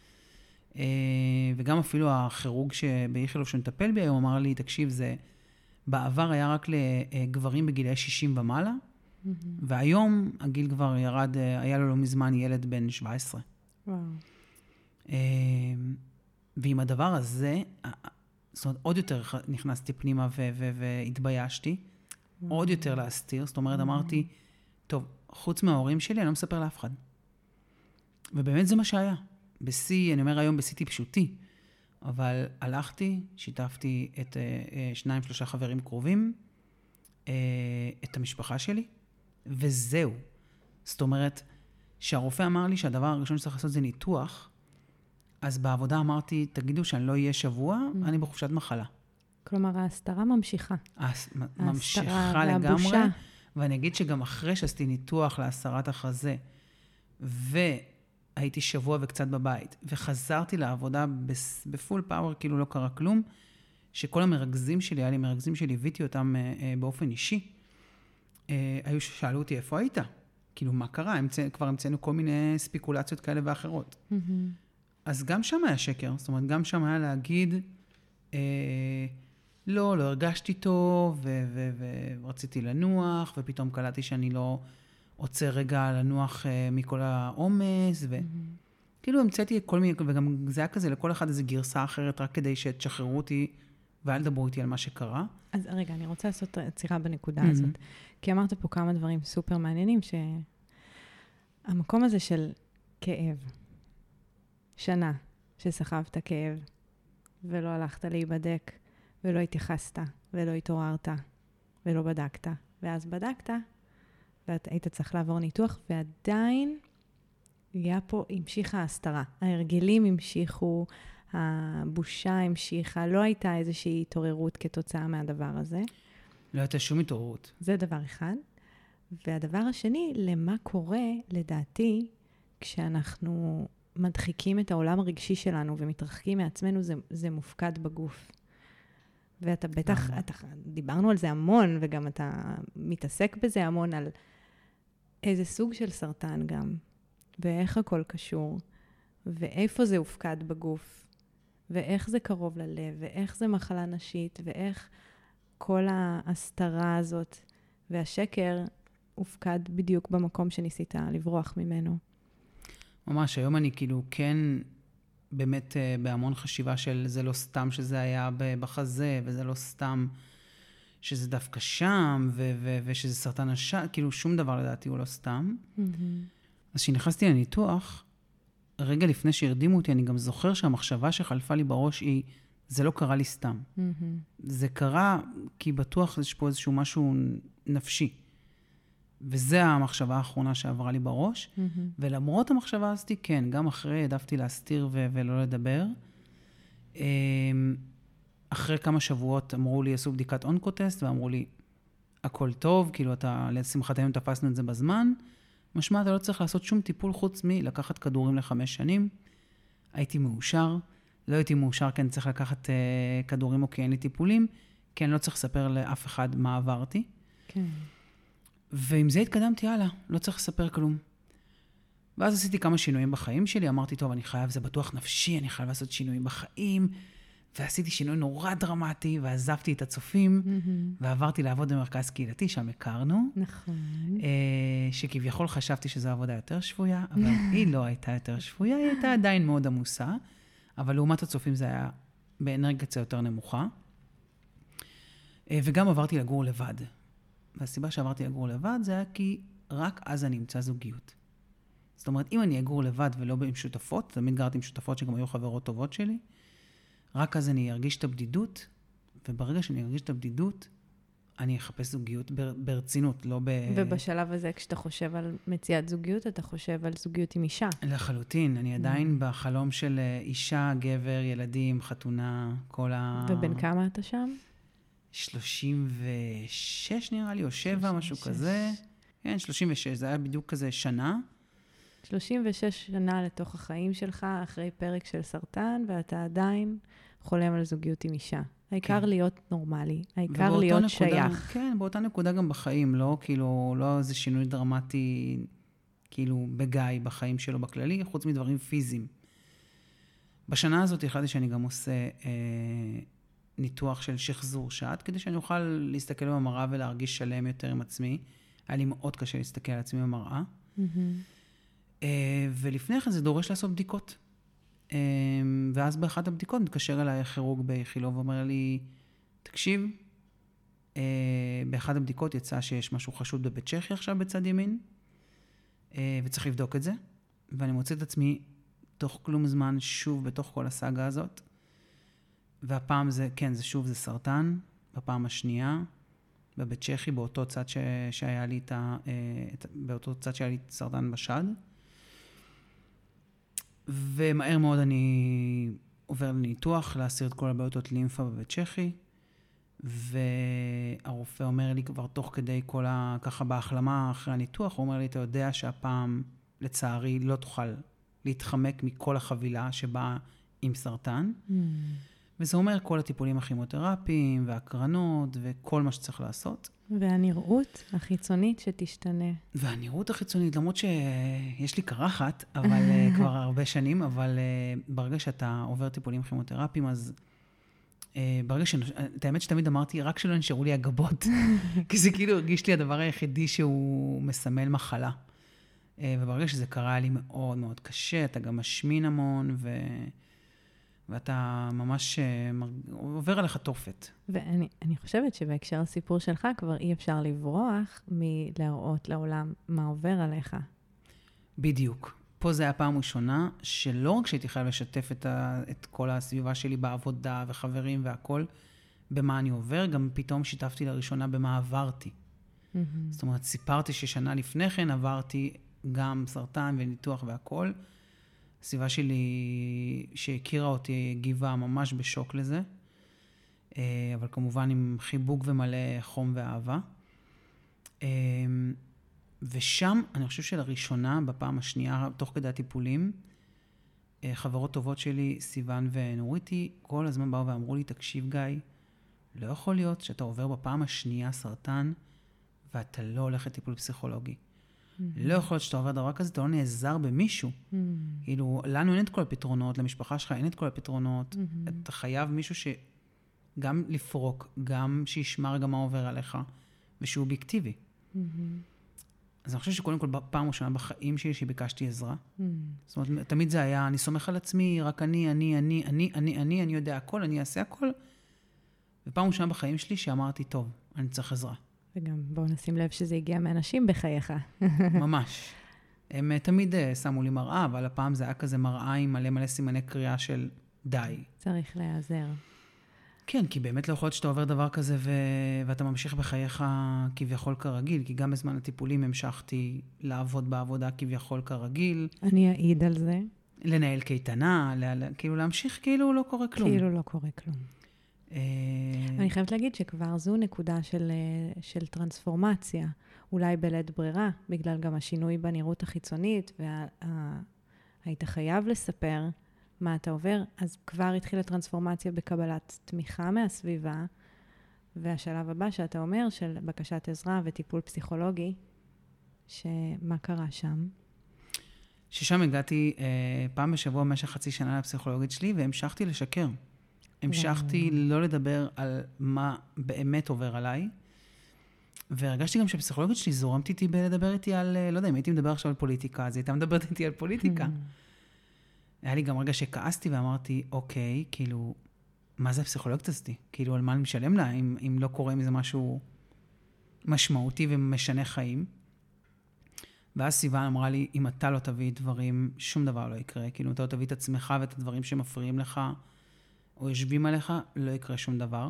וגם אפילו הכירורג באיכילוב שמטפל בי היום אמר לי, תקשיב, זה בעבר היה רק לגברים בגילי שישים ומעלה, mm-hmm. והיום הגיל כבר ירד, היה לו לא מזמן ילד בן שבע עשרה. וואו. ועם הדבר הזה, זאת אומרת, עוד יותר נכנסתי פנימה ו- ו- והתביישתי, mm-hmm. עוד יותר להסתיר, זאת אומרת, mm-hmm. אמרתי, טוב, חוץ מההורים שלי, אני לא מספר לאף אחד. ובאמת זה מה שהיה. בסי, אני אומר היום בסי טיפשותי, אבל הלכתי, שיתפתי את uh, שניים, שלושה חברים קרובים, uh, את המשפחה שלי, וזהו. זאת אומרת, שהרופא אמר לי שהדבר הראשון שצריך לעשות זה ניתוח, אז בעבודה אמרתי, תגידו שאני לא אהיה שבוע, mm. אני בחופשת מחלה. כלומר, ההסתרה ממשיכה. הס... ממשיכה לגמרי, ואני אגיד שגם אחרי שעשיתי ניתוח להסרת החזה, ו... הייתי שבוע וקצת בבית, וחזרתי לעבודה בפול פאוור, כאילו לא קרה כלום, שכל המרכזים שלי, היה לי מרכזים שליוויתי אותם אה, באופן אישי, אה, היו ששאלו אותי איפה היית? כאילו, מה קרה? המצא, כבר המצאנו כל מיני ספיקולציות כאלה ואחרות. Mm-hmm. אז גם שם היה שקר, זאת אומרת, גם שם היה להגיד, אה, לא, לא הרגשתי טוב, ו- ו- ו- ורציתי לנוח, ופתאום קלטתי שאני לא... עוצר רגע לנוח uh, מכל העומס, וכאילו mm-hmm. המצאתי כל מיני, וגם זה היה כזה, לכל אחד איזו גרסה אחרת, רק כדי שתשחררו אותי, ואל דברו איתי על מה שקרה. אז רגע, אני רוצה לעשות עצירה בנקודה mm-hmm. הזאת, כי אמרת פה כמה דברים סופר מעניינים, שהמקום הזה של כאב, שנה שסחבת כאב, ולא הלכת להיבדק, ולא התייחסת, ולא התעוררת, ולא בדקת, ואז בדקת, ואת היית צריך לעבור ניתוח, ועדיין היה פה, המשיכה ההסתרה. ההרגלים המשיכו, הבושה המשיכה, לא הייתה איזושהי התעוררות כתוצאה מהדבר הזה. לא הייתה שום התעוררות. זה דבר אחד. והדבר השני, למה קורה, לדעתי, כשאנחנו מדחיקים את העולם הרגשי שלנו ומתרחקים מעצמנו, זה, זה מופקד בגוף. ואתה בטח, אתה, דיברנו על זה המון, וגם אתה מתעסק בזה המון על איזה סוג של סרטן גם, ואיך הכל קשור, ואיפה זה הופקד בגוף, ואיך זה קרוב ללב, ואיך זה מחלה נשית, ואיך כל ההסתרה הזאת והשקר הופקד בדיוק במקום שניסית לברוח ממנו. ממש, היום אני כאילו כן... באמת בהמון חשיבה של זה לא סתם שזה היה בחזה, וזה לא סתם שזה דווקא שם, ו- ו- ושזה סרטן השד, כאילו שום דבר לדעתי הוא לא סתם. Mm-hmm. אז כשנכנסתי לניתוח, רגע לפני שהרדימו אותי, אני גם זוכר שהמחשבה שחלפה לי בראש היא, זה לא קרה לי סתם. Mm-hmm. זה קרה כי בטוח יש פה איזשהו משהו נפשי. וזה המחשבה האחרונה שעברה לי בראש, mm-hmm. ולמרות המחשבה הזאתי, כן, גם אחרי העדפתי להסתיר ו- ולא לדבר. אחרי כמה שבועות אמרו לי, עשו בדיקת אונקוטסט, ואמרו לי, הכל טוב, כאילו אתה, לשמחתנו תפסנו את זה בזמן, משמע, אתה לא צריך לעשות שום טיפול חוץ מלקחת כדורים לחמש שנים. הייתי מאושר, לא הייתי מאושר, כי אני צריך לקחת uh, כדורים או כי אין לי טיפולים, כי אני לא צריך לספר לאף אחד מה עברתי. כן. ועם זה התקדמתי הלאה, לא צריך לספר כלום. ואז עשיתי כמה שינויים בחיים שלי, אמרתי, טוב, אני חייב, זה בטוח נפשי, אני חייב לעשות שינויים בחיים, ועשיתי שינוי נורא דרמטי, ועזבתי את הצופים, mm-hmm. ועברתי לעבוד במרכז קהילתי, שם הכרנו. נכון. שכביכול חשבתי שזו עבודה יותר שבויה, אבל היא לא הייתה יותר שבויה, היא הייתה עדיין מאוד עמוסה, אבל לעומת הצופים זה היה באנרגיה יותר נמוכה. וגם עברתי לגור לבד. והסיבה שעברתי לגור לבד זה היה כי רק אז אני אמצא זוגיות. זאת אומרת, אם אני אגור לבד ולא עם שותפות, תמיד גרתי עם שותפות שגם היו חברות טובות שלי, רק אז אני ארגיש את הבדידות, וברגע שאני ארגיש את הבדידות, אני אחפש זוגיות ברצינות, לא ב... ובשלב הזה, כשאתה חושב על מציאת זוגיות, אתה חושב על זוגיות עם אישה. לחלוטין, אני עדיין בחלום של אישה, גבר, ילדים, חתונה, כל ה... ובין כמה אתה שם? שלושים ושש נראה לי, או שבע, משהו כזה. כן, שלושים ושש, זה היה בדיוק כזה שנה. שלושים ושש שנה לתוך החיים שלך, אחרי פרק של סרטן, ואתה עדיין חולם על זוגיות עם אישה. העיקר כן. להיות נורמלי, העיקר להיות נקודה, שייך. כן, באותה נקודה גם בחיים, לא כאילו, לא איזה שינוי דרמטי, כאילו בגיא בחיים שלו בכללי, חוץ מדברים פיזיים. בשנה הזאת החלטתי שאני גם עושה אה, ניתוח של שחזור שעת, כדי שאני אוכל להסתכל במראה ולהרגיש שלם יותר עם עצמי. היה לי מאוד קשה להסתכל על עצמי במראה. Mm-hmm. אה, ולפני כן זה דורש לעשות בדיקות. אה, ואז באחת הבדיקות מתקשר אליי כירורג באיכילוב ואומר לי, תקשיב, אה, באחת הבדיקות יצא שיש משהו חשוד בבית צ'כי עכשיו בצד ימין, אה, וצריך לבדוק את זה. ואני מוצא את עצמי תוך כלום זמן, שוב בתוך כל הסאגה הזאת. והפעם זה, כן, זה שוב, זה סרטן. בפעם השנייה, בבית צ'כי, באותו צד ש... שהיה לי את ה... את... באותו צד שהיה לי סרטן בשד. ומהר מאוד אני עובר לניתוח, להסיר את כל הבעיות לימפה בבית צ'כי. והרופא אומר לי כבר תוך כדי כל ה... ככה בהחלמה אחרי הניתוח, הוא אומר לי, אתה יודע שהפעם, לצערי, לא תוכל להתחמק מכל החבילה שבאה עם סרטן. Mm. וזה אומר כל הטיפולים הכימותרפיים והקרנות וכל מה שצריך לעשות. והנראות החיצונית שתשתנה. והנראות החיצונית, למרות שיש לי קרחת, אבל כבר הרבה שנים, אבל ברגע שאתה עובר טיפולים כימותרפיים, אז ברגע ש... את האמת שתמיד אמרתי, רק שלא נשארו לי הגבות, כי זה כאילו הרגיש לי הדבר היחידי שהוא מסמל מחלה. וברגע שזה קרה לי מאוד מאוד קשה, אתה גם משמין המון, ו... ואתה ממש עובר עליך תופת. ואני אני חושבת שבהקשר הסיפור שלך כבר אי אפשר לברוח מלהראות לעולם מה עובר עליך. בדיוק. פה זה היה פעם ראשונה, שלא רק שהייתי חייב לשתף את, ה... את כל הסביבה שלי בעבודה וחברים והכל, במה אני עובר, גם פתאום שיתפתי לראשונה במה עברתי. Mm-hmm. זאת אומרת, סיפרתי ששנה לפני כן עברתי גם סרטן וניתוח והכל. הסביבה שלי שהכירה אותי הגיבה ממש בשוק לזה, אבל כמובן עם חיבוק ומלא חום ואהבה. ושם, אני חושב שלראשונה, בפעם השנייה, תוך כדי הטיפולים, חברות טובות שלי, סיוון ונוריתי, כל הזמן באו ואמרו לי, תקשיב גיא, לא יכול להיות שאתה עובר בפעם השנייה סרטן, ואתה לא הולך לטיפול פסיכולוגי. לא יכול להיות שאתה עובר דבר כזה, אתה לא נעזר במישהו. כאילו, לנו אין את כל הפתרונות, למשפחה שלך אין את כל הפתרונות. אתה חייב מישהו שגם לפרוק, גם שישמע גם מה עובר עליך, ושהוא אובייקטיבי. אז אני חושב שקודם כל, פעם ראשונה בחיים שלי שביקשתי עזרה. זאת אומרת, תמיד זה היה, אני סומך על עצמי, רק אני, אני, אני, אני, אני, אני, אני יודע הכל, אני אעשה הכל. ופעם ראשונה בחיים שלי שאמרתי, טוב, אני צריך עזרה. וגם בואו נשים לב שזה הגיע מאנשים בחייך. ממש. הם תמיד שמו לי מראה, אבל הפעם זה היה כזה מראה עם מלא מלא סימני קריאה של די. צריך להיעזר. כן, כי באמת לא יכול להיות שאתה עובר דבר כזה ו... ואתה ממשיך בחייך כביכול כרגיל, כי גם בזמן הטיפולים המשכתי לעבוד בעבודה כביכול כרגיל. אני אעיד על זה. לנהל קייטנה, לה... כאילו להמשיך כאילו לא קורה כלום. כאילו לא קורה כלום. אני חייבת להגיד שכבר זו נקודה של, של טרנספורמציה, אולי בלית ברירה, בגלל גם השינוי בנראות החיצונית, והיית חייב לספר מה אתה עובר, אז כבר התחילה טרנספורמציה בקבלת תמיכה מהסביבה, והשלב הבא שאתה אומר של בקשת עזרה וטיפול פסיכולוגי, שמה קרה שם? ששם הגעתי אה, פעם בשבוע במשך חצי שנה לפסיכולוגית שלי, והמשכתי לשקר. המשכתי לא לדבר על מה באמת עובר עליי, והרגשתי גם שהפסיכולוגית שלי זורמת איתי בלדבר איתי על, לא יודע, אם הייתי מדבר עכשיו על פוליטיקה, אז הייתה מדברת איתי על פוליטיקה. היה לי גם רגע שכעסתי ואמרתי, אוקיי, כאילו, מה זה הפסיכולוגית הזאתי? כאילו, על מה אני משלם לה, אם, אם לא קורה מזה משהו משמעותי ומשנה חיים. ואז סיוון אמרה לי, אם אתה לא תביא דברים, שום דבר לא יקרה. כאילו, אתה לא תביא את עצמך ואת הדברים שמפריעים לך, או יושבים עליך, לא יקרה שום דבר.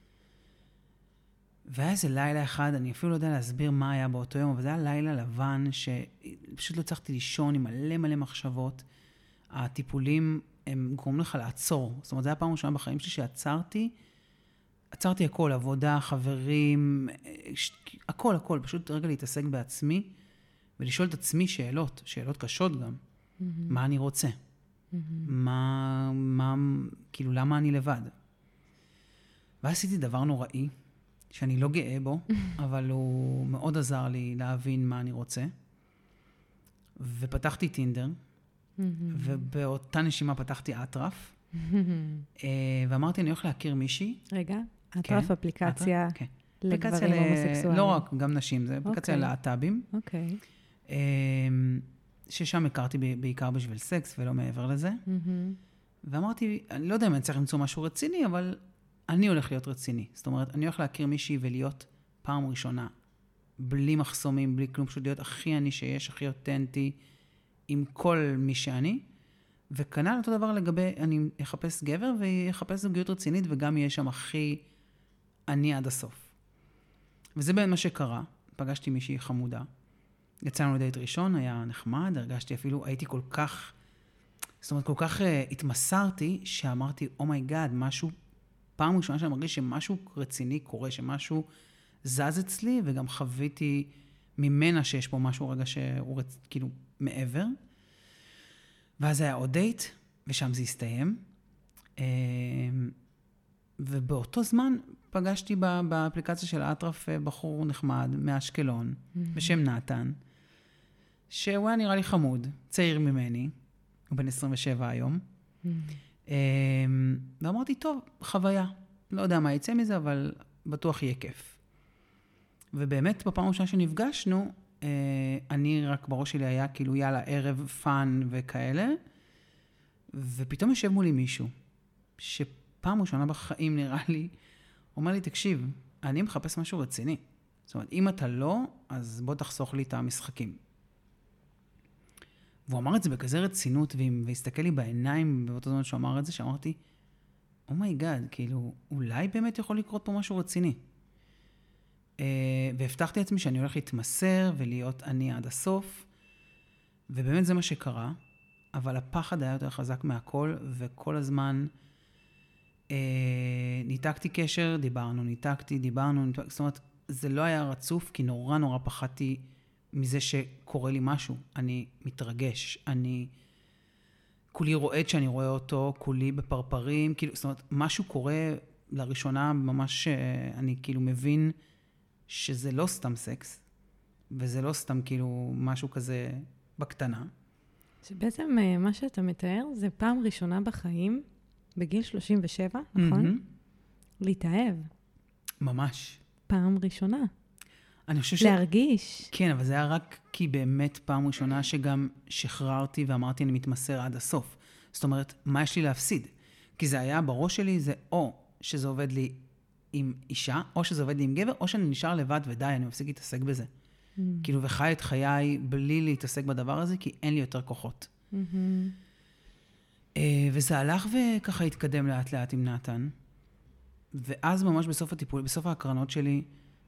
והיה איזה לילה אחד, אני אפילו לא יודע להסביר מה היה באותו יום, אבל זה היה לילה לבן, שפשוט לא צריכתי לישון עם מלא מלא מחשבות. הטיפולים, הם גורמים לך לעצור. זאת אומרת, זה היה פעם ראשונה בחיים שלי שעצרתי, עצרתי הכל, עבודה, חברים, הכל, הכל, פשוט רגע להתעסק בעצמי, ולשאול את עצמי שאלות, שאלות קשות גם. Mm-hmm. מה אני רוצה? Mm-hmm. מה, מה, כאילו, למה אני לבד? ועשיתי דבר נוראי, שאני לא גאה בו, אבל הוא מאוד עזר לי להבין מה אני רוצה. ופתחתי טינדר, mm-hmm. ובאותה נשימה פתחתי אטרף, mm-hmm. ואמרתי, אני הולך להכיר מישהי. רגע, אטרף כן, אפליקציה כן. לגברים הומוסקסואליים. לא רק, גם נשים, זה אפליקציה okay. להט"בים. אוקיי. Okay. ששם הכרתי בעיקר בשביל סקס, ולא מעבר לזה. Mm-hmm. ואמרתי, אני לא יודע אם אני צריך למצוא משהו רציני, אבל אני הולך להיות רציני. זאת אומרת, אני הולך להכיר מישהי ולהיות פעם ראשונה, בלי מחסומים, בלי כלום, פשוט להיות הכי אני שיש, הכי אותנטי, עם כל מי שאני. וכנ"ל אותו דבר לגבי, אני אחפש גבר, ויחפש זוגיות רצינית, וגם יהיה שם הכי אני עד הסוף. וזה באמת מה שקרה. פגשתי מישהי חמודה. יצאנו לדייט ראשון, היה נחמד, הרגשתי אפילו, הייתי כל כך, זאת אומרת, כל כך uh, התמסרתי, שאמרתי, אומייגאד, משהו, פעם ראשונה שאני מרגיש שמשהו רציני קורה, שמשהו זז אצלי, וגם חוויתי ממנה שיש פה משהו רגע שהוא רצ... כאילו מעבר. ואז היה עוד דייט, ושם זה הסתיים. ובאותו זמן פגשתי באפליקציה של אטרף בחור נחמד מאשקלון, mm-hmm. בשם נתן, שהוא היה נראה לי חמוד, צעיר ממני, הוא בן עשרים ושבע היום. Mm-hmm. ואמרתי, טוב, חוויה. לא יודע מה יצא מזה, אבל בטוח יהיה כיף. ובאמת, בפעם הראשונה שנפגשנו, אני רק בראש שלי היה כאילו, יאללה, ערב פאן וכאלה, ופתאום יושב מולי מישהו, שפעם ראשונה בחיים נראה לי, אומר לי, תקשיב, אני מחפש משהו רציני. זאת אומרת, אם אתה לא, אז בוא תחסוך לי את המשחקים. והוא אמר את זה בכזה רצינות, והסתכל לי בעיניים, באותו זמן שהוא אמר את זה, שאמרתי, אומייגאד, כאילו, אולי באמת יכול לקרות פה משהו רציני. והבטחתי לעצמי שאני הולך להתמסר ולהיות אני עד הסוף, ובאמת זה מה שקרה, אבל הפחד היה יותר חזק מהכל, וכל הזמן אה, ניתקתי קשר, דיברנו, ניתקתי, דיברנו, ניתק, זאת אומרת, זה לא היה רצוף, כי נורא נורא פחדתי מזה שקורה לי משהו. אני מתרגש, אני כולי רועד שאני רואה אותו, כולי בפרפרים, כאילו, זאת אומרת, משהו קורה לראשונה ממש, אני כאילו מבין שזה לא סתם סקס, וזה לא סתם כאילו משהו כזה בקטנה. שבעצם מה שאתה מתאר זה פעם ראשונה בחיים, בגיל שלושים ושבע, נכון? Mm-hmm. להתאהב. ממש. פעם ראשונה. אני חושב ש... להרגיש. כן, אבל זה היה רק כי באמת פעם ראשונה שגם שחררתי ואמרתי אני מתמסר עד הסוף. זאת אומרת, מה יש לי להפסיד? כי זה היה בראש שלי, זה או שזה עובד לי עם אישה, או שזה עובד לי עם גבר, או שאני נשאר לבד ודי, אני מפסיק להתעסק בזה. Mm-hmm. כאילו, וחי את חיי בלי להתעסק בדבר הזה, כי אין לי יותר כוחות. Mm-hmm. וזה הלך וככה התקדם לאט לאט עם נתן. ואז ממש בסוף הטיפול, בסוף ההקרנות שלי,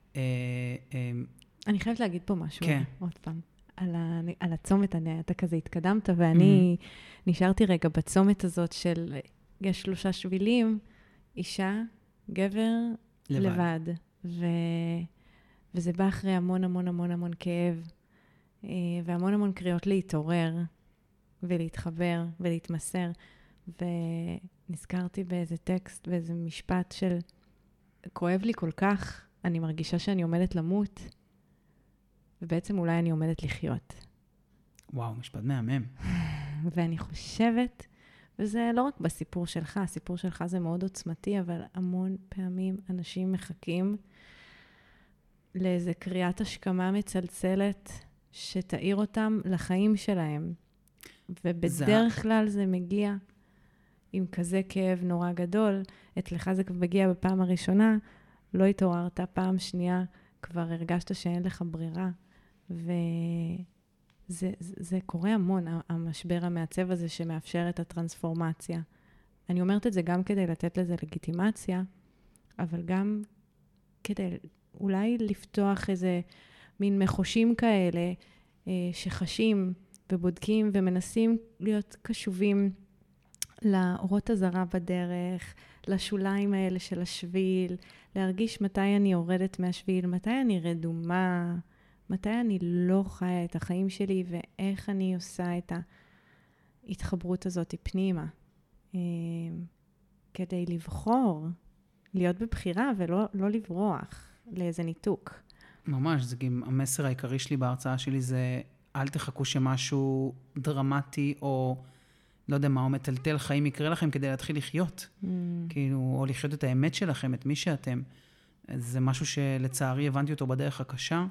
אני חייבת להגיד פה משהו. כן. עוד פעם. על, ה, על הצומת, אתה כזה התקדמת, ואני mm-hmm. נשארתי רגע בצומת הזאת של, יש שלושה שבילים, אישה, גבר, לבד. לבד. ו, וזה בא אחרי המון המון המון המון כאב, והמון המון קריאות להתעורר, ולהתחבר, ולהתמסר. ונזכרתי באיזה טקסט, באיזה משפט של, כואב לי כל כך, אני מרגישה שאני עומדת למות, ובעצם אולי אני עומדת לחיות. וואו, משפט מהמם. ואני חושבת, וזה לא רק בסיפור שלך, הסיפור שלך זה מאוד עוצמתי, אבל המון פעמים אנשים מחכים לאיזה קריאת השכמה מצלצלת, שתאיר אותם לחיים שלהם. ובדרך כלל זה מגיע עם כזה כאב נורא גדול. אצלך זה מגיע בפעם הראשונה, לא התעוררת, פעם שנייה כבר הרגשת שאין לך ברירה. וזה זה, זה קורה המון, המשבר המעצב הזה שמאפשר את הטרנספורמציה. אני אומרת את זה גם כדי לתת לזה לגיטימציה, אבל גם כדי אולי לפתוח איזה מין מחושים כאלה שחשים ובודקים ומנסים להיות קשובים לאורות הזרה בדרך, לשוליים האלה של השביל, להרגיש מתי אני יורדת מהשביל, מתי אני רדומה, מתי אני לא חיה את החיים שלי, ואיך אני עושה את ההתחברות הזאת פנימה. כדי לבחור, להיות בבחירה ולא לא לברוח לאיזה ניתוק. ממש, זה גם המסר העיקרי שלי בהרצאה שלי זה, אל תחכו שמשהו דרמטי או לא יודע מה, או מטלטל חיים יקרה לכם כדי להתחיל לחיות. Mm. כאילו, או לחיות את האמת שלכם, את מי שאתם. זה משהו שלצערי הבנתי אותו בדרך הקשה,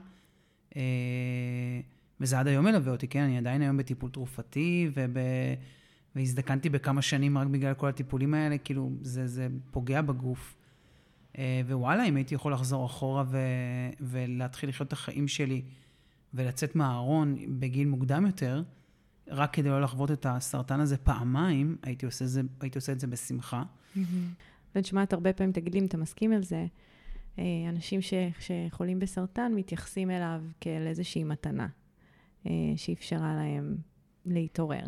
וזה עד היום מלווה אותי, כן? אני עדיין היום בטיפול תרופתי, וב... והזדקנתי בכמה שנים רק בגלל כל הטיפולים האלה, כאילו, זה, זה פוגע בגוף. ווואלה, אם הייתי יכול לחזור אחורה ו... ולהתחיל לחיות את החיים שלי, ולצאת מהארון בגיל מוקדם יותר, רק כדי לא לחוות את הסרטן הזה פעמיים, הייתי עושה, זה, הייתי עושה את זה בשמחה. ואני שומעת הרבה פעמים, תגיד לי אם אתה מסכים על זה, אנשים ש... שחולים בסרטן מתייחסים אליו כאל איזושהי מתנה, שאפשרה להם להתעורר.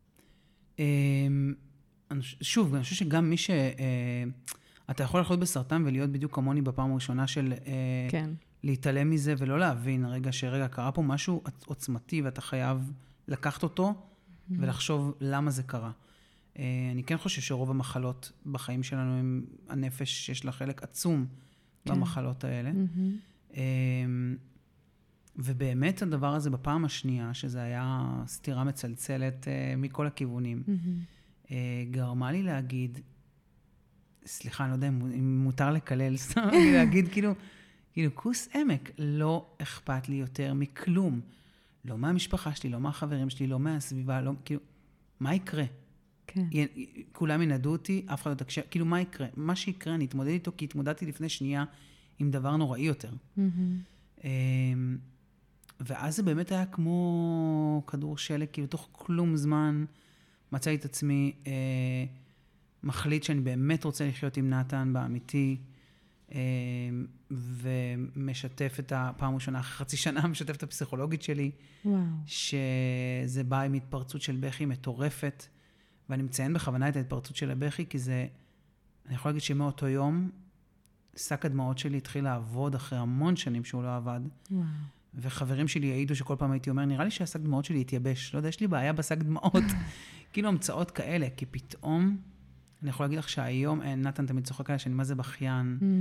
שוב, אני חושב שגם מי ש... אתה יכול לחלות בסרטן ולהיות בדיוק כמוני בפעם הראשונה של כן. להתעלם מזה ולא להבין, רגע שרגע קרה פה משהו עוצמתי ואתה חייב לקחת אותו ולחשוב למה זה קרה. אני כן חושב שרוב המחלות בחיים שלנו הם הנפש שיש לה חלק עצום במחלות האלה. ובאמת הדבר הזה בפעם השנייה, שזה היה סתירה מצלצלת מכל הכיוונים, גרמה לי להגיד, סליחה, אני לא יודע אם מותר לקלל, סתם להגיד כאילו, כאילו, כוס עמק, לא אכפת לי יותר מכלום. לא מהמשפחה שלי, לא מהחברים שלי, לא מהסביבה, לא, כאילו, מה יקרה? כן. כולם ינדו אותי, אף אחד לא תקשר, כאילו, מה יקרה? מה שיקרה, אני אתמודד איתו, כי התמודדתי לפני שנייה עם דבר נוראי יותר. Mm-hmm. ואז זה באמת היה כמו כדור שלג, כאילו, תוך כלום זמן, מצאתי את עצמי, אה, מחליט שאני באמת רוצה לחיות עם נתן באמיתי, אה, ומשתף את הפעם ראשונה, אחרי חצי שנה, משתף את הפסיכולוגית שלי, וואו. שזה בא עם התפרצות של בכי מטורפת, ואני מציין בכוונה את ההתפרצות של הבכי, כי זה, אני יכול להגיד שמאותו יום, שק הדמעות שלי התחיל לעבוד אחרי המון שנים שהוא לא עבד, וואו. וחברים שלי העידו שכל פעם הייתי אומר, נראה לי שהשק דמעות שלי התייבש, לא יודע, יש לי בעיה בשק דמעות, כאילו המצאות כאלה, כי פתאום, אני יכול להגיד לך שהיום, נתן תמיד צוחק עליה, שאני מה זה בכיין, mm.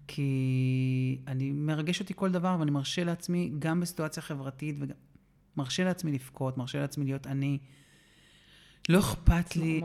כי אני מרגש אותי כל דבר, ואני מרשה לעצמי, גם בסיטואציה חברתית, וגם מרשה לעצמי לפקות, מרשה לעצמי להיות אני, לא אכפת לי.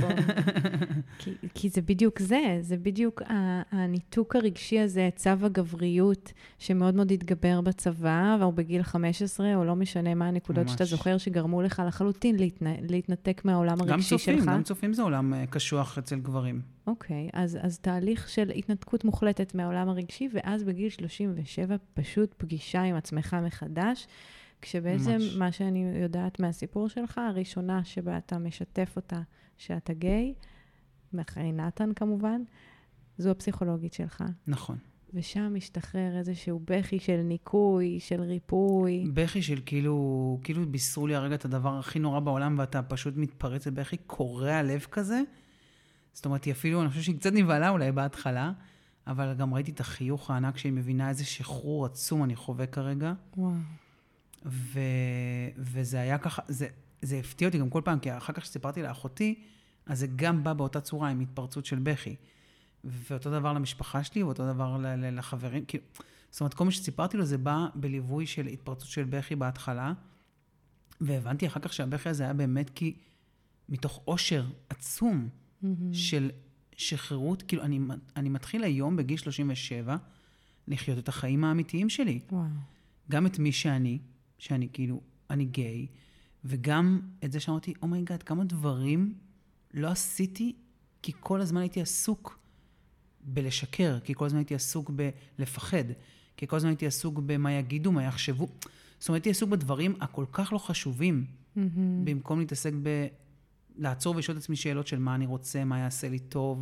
כי, כי זה בדיוק זה, זה בדיוק הניתוק הרגשי הזה, צו הגבריות, שמאוד מאוד התגבר בצבא, או בגיל חמש עשרה, או לא משנה מה הנקודות ממש. שאתה זוכר, שגרמו לך לחלוטין להתנ... להתנתק מהעולם הרגשי גם צופים, שלך. גם צופים זה עולם קשוח אצל גברים. אוקיי, אז, אז תהליך של התנתקות מוחלטת מהעולם הרגשי, ואז בגיל שלושים ושבע, פשוט פגישה עם עצמך מחדש, כשבעצם ממש. מה שאני יודעת מהסיפור שלך, הראשונה שבה אתה משתף אותה, שאתה גיי, מאחרי נתן כמובן, זו הפסיכולוגית שלך. נכון. ושם משתחרר איזשהו בכי של ניקוי, של ריפוי. בכי של כאילו, כאילו בישרו לי הרגע את הדבר הכי נורא בעולם, ואתה פשוט מתפרץ לבכי, קורע לב כזה. זאת אומרת, היא אפילו, אני חושב שהיא קצת נבהלה אולי בהתחלה, אבל גם ראיתי את החיוך הענק שהיא מבינה איזה שחרור עצום אני חווה כרגע. וואו. ו... וזה היה ככה, זה, זה הפתיע אותי גם כל פעם, כי אחר כך שסיפרתי לאחותי, אז זה גם בא באותה צורה עם התפרצות של בכי. ואותו דבר למשפחה שלי, ואותו דבר ל- ל- לחברים. כי, זאת אומרת, כל מה שסיפרתי לו, זה בא בליווי של התפרצות של בכי בהתחלה, והבנתי אחר כך שהבכי הזה היה באמת כי מתוך עושר עצום mm-hmm. של שחררות, כאילו אני, אני מתחיל היום בגיל שלושים ושבע לחיות את החיים האמיתיים שלי. וואו. גם את מי שאני, שאני כאילו, אני גיי, וגם את זה שאמרתי, אומייגאד, כמה דברים לא עשיתי, כי כל הזמן הייתי עסוק בלשקר, כי כל הזמן הייתי עסוק בלפחד, כי כל הזמן הייתי עסוק במה יגידו, מה יחשבו. זאת אומרת, הייתי עסוק בדברים הכל כך לא חשובים, mm-hmm. במקום להתעסק ב... לעצור ולשאול את עצמי שאלות של מה אני רוצה, מה יעשה לי טוב,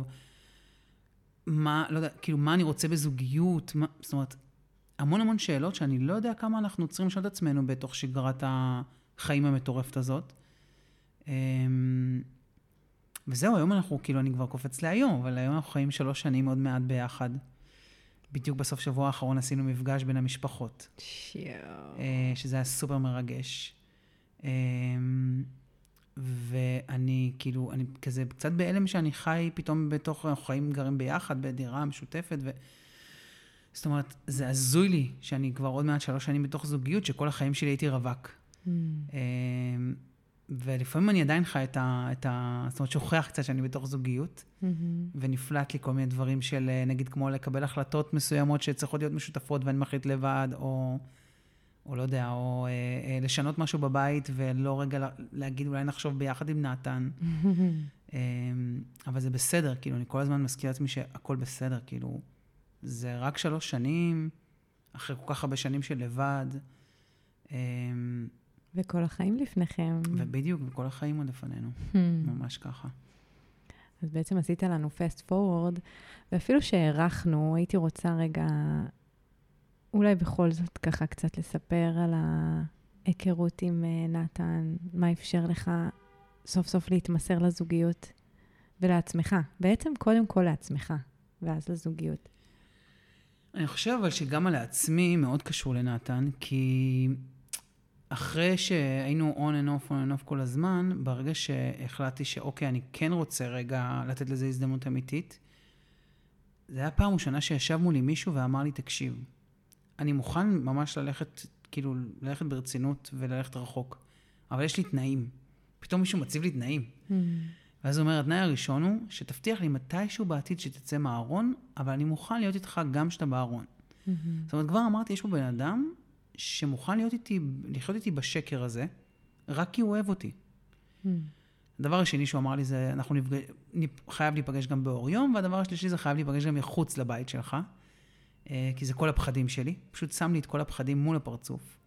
מה, לא יודע, כאילו, מה אני רוצה בזוגיות, מה, זאת אומרת, המון המון שאלות שאני לא יודע כמה אנחנו צריכים לשאול את עצמנו בתוך שגרת החיים המטורפת הזאת. וזהו, היום אנחנו, כאילו, אני כבר קופץ להיום, אבל היום אנחנו חיים שלוש שנים עוד מעט ביחד. בדיוק בסוף שבוע האחרון עשינו מפגש בין המשפחות. שיו. שזה היה סופר מרגש. ואני כאילו, אני כזה קצת בהלם שאני חי פתאום בתוך, אנחנו חיים גרים ביחד, בדירה משותפת, ו... זאת אומרת, זה הזוי לי שאני כבר עוד מעט שלוש שנים בתוך זוגיות, שכל החיים שלי הייתי רווק. Mm. ולפעמים אני עדיין חי את ה... את ה... זאת אומרת, שוכח קצת שאני בתוך זוגיות, mm-hmm. ונפלט לי כל מיני דברים של, נגיד, כמו לקבל החלטות מסוימות שצריכות להיות משותפות, ואני מחליט לבד, או... או לא יודע, או אה, לשנות משהו בבית, ולא רגע להגיד, אולי נחשוב ביחד עם נתן. אה, אבל זה בסדר, כאילו, אני כל הזמן מזכיר לעצמי שהכל בסדר, כאילו, זה רק שלוש שנים, אחרי כל כך הרבה שנים של לבד. אה, וכל החיים לפניכם. ובדיוק, וכל החיים עוד לפנינו. ממש ככה. אז בעצם עשית לנו fast forward, ואפילו שהערכנו, הייתי רוצה רגע... אולי בכל זאת ככה קצת לספר על ההיכרות עם נתן, מה אפשר לך סוף סוף להתמסר לזוגיות ולעצמך. בעצם קודם כל לעצמך, ואז לזוגיות. אני חושב אבל שגם על לעצמי מאוד קשור לנתן, כי אחרי שהיינו on and off, on and off כל הזמן, ברגע שהחלטתי שאוקיי, אני כן רוצה רגע לתת לזה הזדמנות אמיתית, זה היה פעם ראשונה שישב מולי מישהו ואמר לי, תקשיב, אני מוכן ממש ללכת, כאילו, ללכת ברצינות וללכת רחוק. אבל יש לי תנאים. פתאום מישהו מציב לי תנאים. Mm. ואז הוא אומר, התנאי הראשון הוא, שתבטיח לי מתישהו בעתיד שתצא מהארון, אבל אני מוכן להיות איתך גם שאתה בארון. Mm-hmm. זאת אומרת, כבר אמרתי, יש פה בן אדם שמוכן להיות איתי, לחיות איתי בשקר הזה, רק כי הוא אוהב אותי. Mm. הדבר השני שהוא אמר לי זה, אנחנו נפג... חייב להיפגש גם באור יום, והדבר השלישי זה חייב להיפגש גם מחוץ לבית שלך. כי זה כל הפחדים שלי, פשוט שם לי את כל הפחדים מול הפרצוף.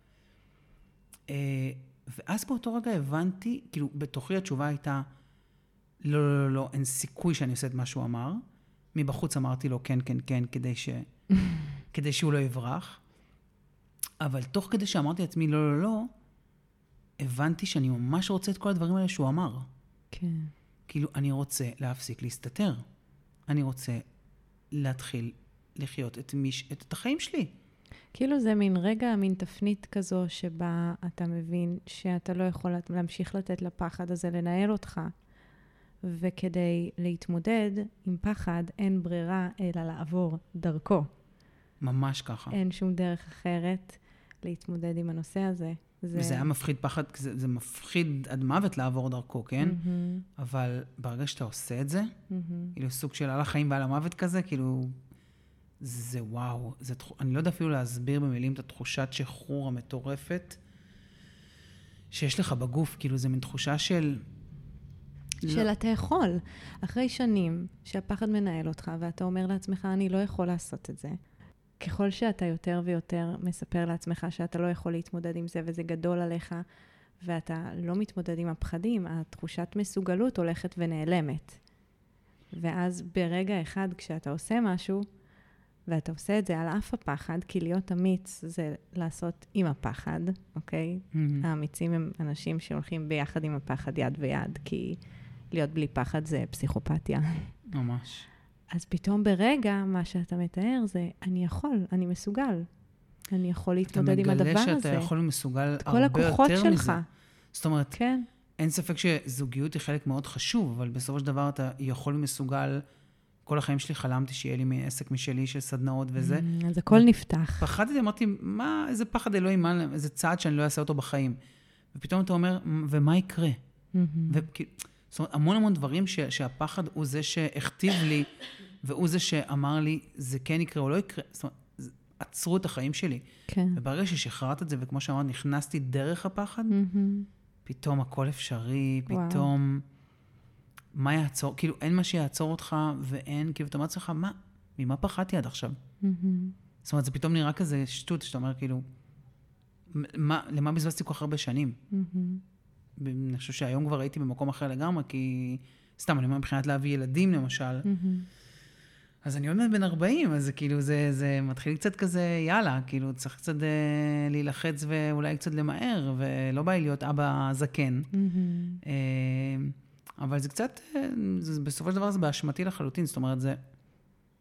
ואז באותו רגע הבנתי, כאילו בתוכי התשובה הייתה, לא, לא, לא, לא, אין סיכוי שאני עושה את מה שהוא אמר. מבחוץ אמרתי לו כן, כן, כן, כדי, ש... כדי שהוא לא יברח. אבל תוך כדי שאמרתי לעצמי לא, לא, לא, הבנתי שאני ממש רוצה את כל הדברים האלה שהוא אמר. כן. כאילו, אני רוצה להפסיק להסתתר. אני רוצה להתחיל לחיות את, מיש, את, את החיים שלי. כאילו זה מין רגע, מין תפנית כזו שבה אתה מבין שאתה לא יכול להמשיך לתת לפחד הזה לנהל אותך, וכדי להתמודד עם פחד אין ברירה אלא לעבור דרכו. ממש ככה. אין שום דרך אחרת להתמודד עם הנושא הזה. זה... וזה היה מפחיד פחד, זה, זה מפחיד עד מוות לעבור דרכו, כן? Mm-hmm. אבל ברגע שאתה עושה את זה, mm-hmm. כאילו סוג של על החיים ועל המוות כזה, כאילו... זה וואו, זה, אני לא יודע אפילו להסביר במילים את התחושת שחרור המטורפת שיש לך בגוף, כאילו זה מין תחושה של... של לא... אתה יכול. אחרי שנים שהפחד מנהל אותך ואתה אומר לעצמך, אני לא יכול לעשות את זה. ככל שאתה יותר ויותר מספר לעצמך שאתה לא יכול להתמודד עם זה וזה גדול עליך, ואתה לא מתמודד עם הפחדים, התחושת מסוגלות הולכת ונעלמת. ואז ברגע אחד כשאתה עושה משהו, ואתה עושה את זה על אף הפחד, כי להיות אמיץ זה לעשות עם הפחד, אוקיי? Mm-hmm. האמיצים הם אנשים שהולכים ביחד עם הפחד יד ויד, כי להיות בלי פחד זה פסיכופתיה. ממש. אז פתאום ברגע, מה שאתה מתאר זה, אני יכול, אני מסוגל. אני יכול להתמודד עם הדבר הזה. אתה מגלה שאתה יכול ומסוגל הרבה יותר מזה. שלך. זאת אומרת, כן. אין ספק שזוגיות היא חלק מאוד חשוב, אבל בסופו של דבר אתה יכול ומסוגל... כל החיים שלי חלמתי שיהיה לי מעסק משלי של סדנאות וזה. אז הכל נפתח. פחדתי, אמרתי, מה, איזה פחד אלוהים, איזה צעד שאני לא אעשה אותו בחיים. ופתאום אתה אומר, ומה יקרה? זאת אומרת, המון המון דברים שהפחד הוא זה שהכתיב לי, והוא זה שאמר לי, זה כן יקרה או לא יקרה. זאת אומרת, עצרו את החיים שלי. כן. וברגע ששחררת את זה, וכמו שאמרת, נכנסתי דרך הפחד, פתאום הכל אפשרי, פתאום... מה יעצור? כאילו, אין מה שיעצור אותך, ואין, כאילו, אתה אומר לך, מה? ממה פחדתי עד עכשיו? Mm-hmm. זאת אומרת, זה פתאום נראה כזה שטות, שאתה אומר, כאילו, מה, למה בזבזתי כל כך הרבה שנים? Mm-hmm. אני חושב שהיום כבר הייתי במקום אחר לגמרי, כי, סתם, אני אומר, מבחינת להביא ילדים, למשל, mm-hmm. אז אני עוד מעט בן ארבעים, אז כאילו, זה, זה מתחיל קצת כזה, יאללה, כאילו, צריך קצת אה, להילחץ ואולי קצת למהר, ולא בא לי להיות אבא זקן. Mm-hmm. אה, אבל זה קצת, זה, בסופו של דבר זה באשמתי לחלוטין, זאת אומרת, זה,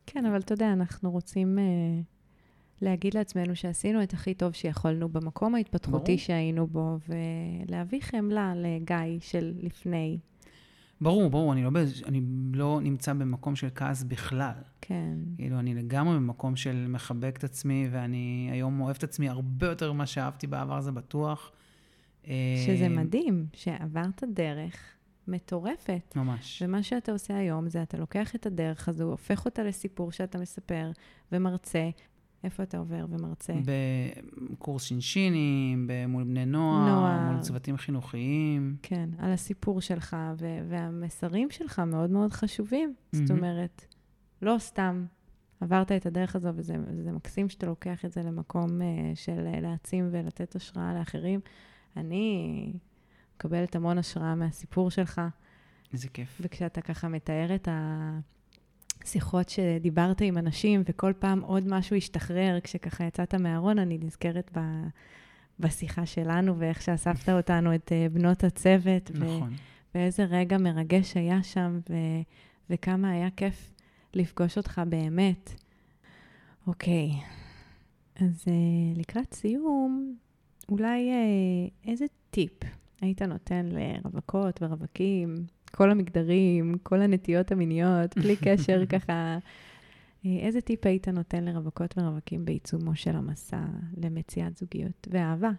כן, אבל אתה יודע, אנחנו רוצים uh, להגיד לעצמנו שעשינו את הכי טוב שיכולנו במקום ההתפתחותי ברור. שהיינו בו, ולהביא חמלה לגיא של לפני. ברור, ברור, אני לא, אני לא נמצא במקום של כעס בכלל. כן. כאילו, אני לגמרי במקום של מחבק את עצמי, ואני היום אוהב את עצמי הרבה יותר ממה שאהבתי בעבר, זה בטוח. שזה מדהים, שעברת דרך מטורפת. ממש. ומה שאתה עושה היום, זה אתה לוקח את הדרך הזו, הופך אותה לסיפור שאתה מספר ומרצה. איפה אתה עובר ומרצה? בקורס שינשינים, מול בני נוער, נוער, מול צוותים חינוכיים. כן, על הסיפור שלך, ו- והמסרים שלך מאוד מאוד חשובים. Mm-hmm. זאת אומרת, לא סתם עברת את הדרך הזו, וזה, וזה מקסים שאתה לוקח את זה למקום uh, של uh, להעצים ולתת השראה לאחרים. אני מקבלת המון השראה מהסיפור שלך. איזה כיף. וכשאתה ככה מתאר את ה... שיחות שדיברת עם אנשים, וכל פעם עוד משהו השתחרר, כשככה יצאת מהארון, אני נזכרת ב, בשיחה שלנו, ואיך שאספת אותנו, את בנות הצוות, נכון. ו, ואיזה רגע מרגש היה שם, ו, וכמה היה כיף לפגוש אותך באמת. אוקיי, אז לקראת סיום, אולי איזה טיפ היית נותן לרווקות ורווקים, כל המגדרים, כל הנטיות המיניות, בלי קשר ככה. איזה טיפ היית נותן לרווקות ורווקים בעיצומו של המסע למציאת זוגיות ואהבה?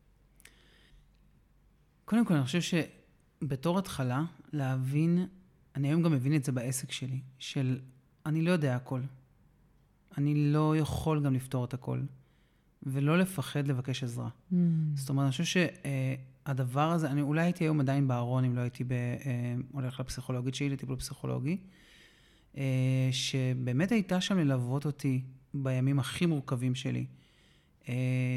קודם כל, אני חושב שבתור התחלה, להבין, אני היום גם מבין את זה בעסק שלי, של אני לא יודע הכל. אני לא יכול גם לפתור את הכל, ולא לפחד לבקש עזרה. Mm. זאת אומרת, אני חושב ש... הדבר הזה, אני אולי הייתי היום עדיין בארון, אם לא הייתי ב, אה, הולך לפסיכולוגית שלי, לטיפול פסיכולוגי, אה, שבאמת הייתה שם ללוות אותי בימים הכי מורכבים שלי, אה,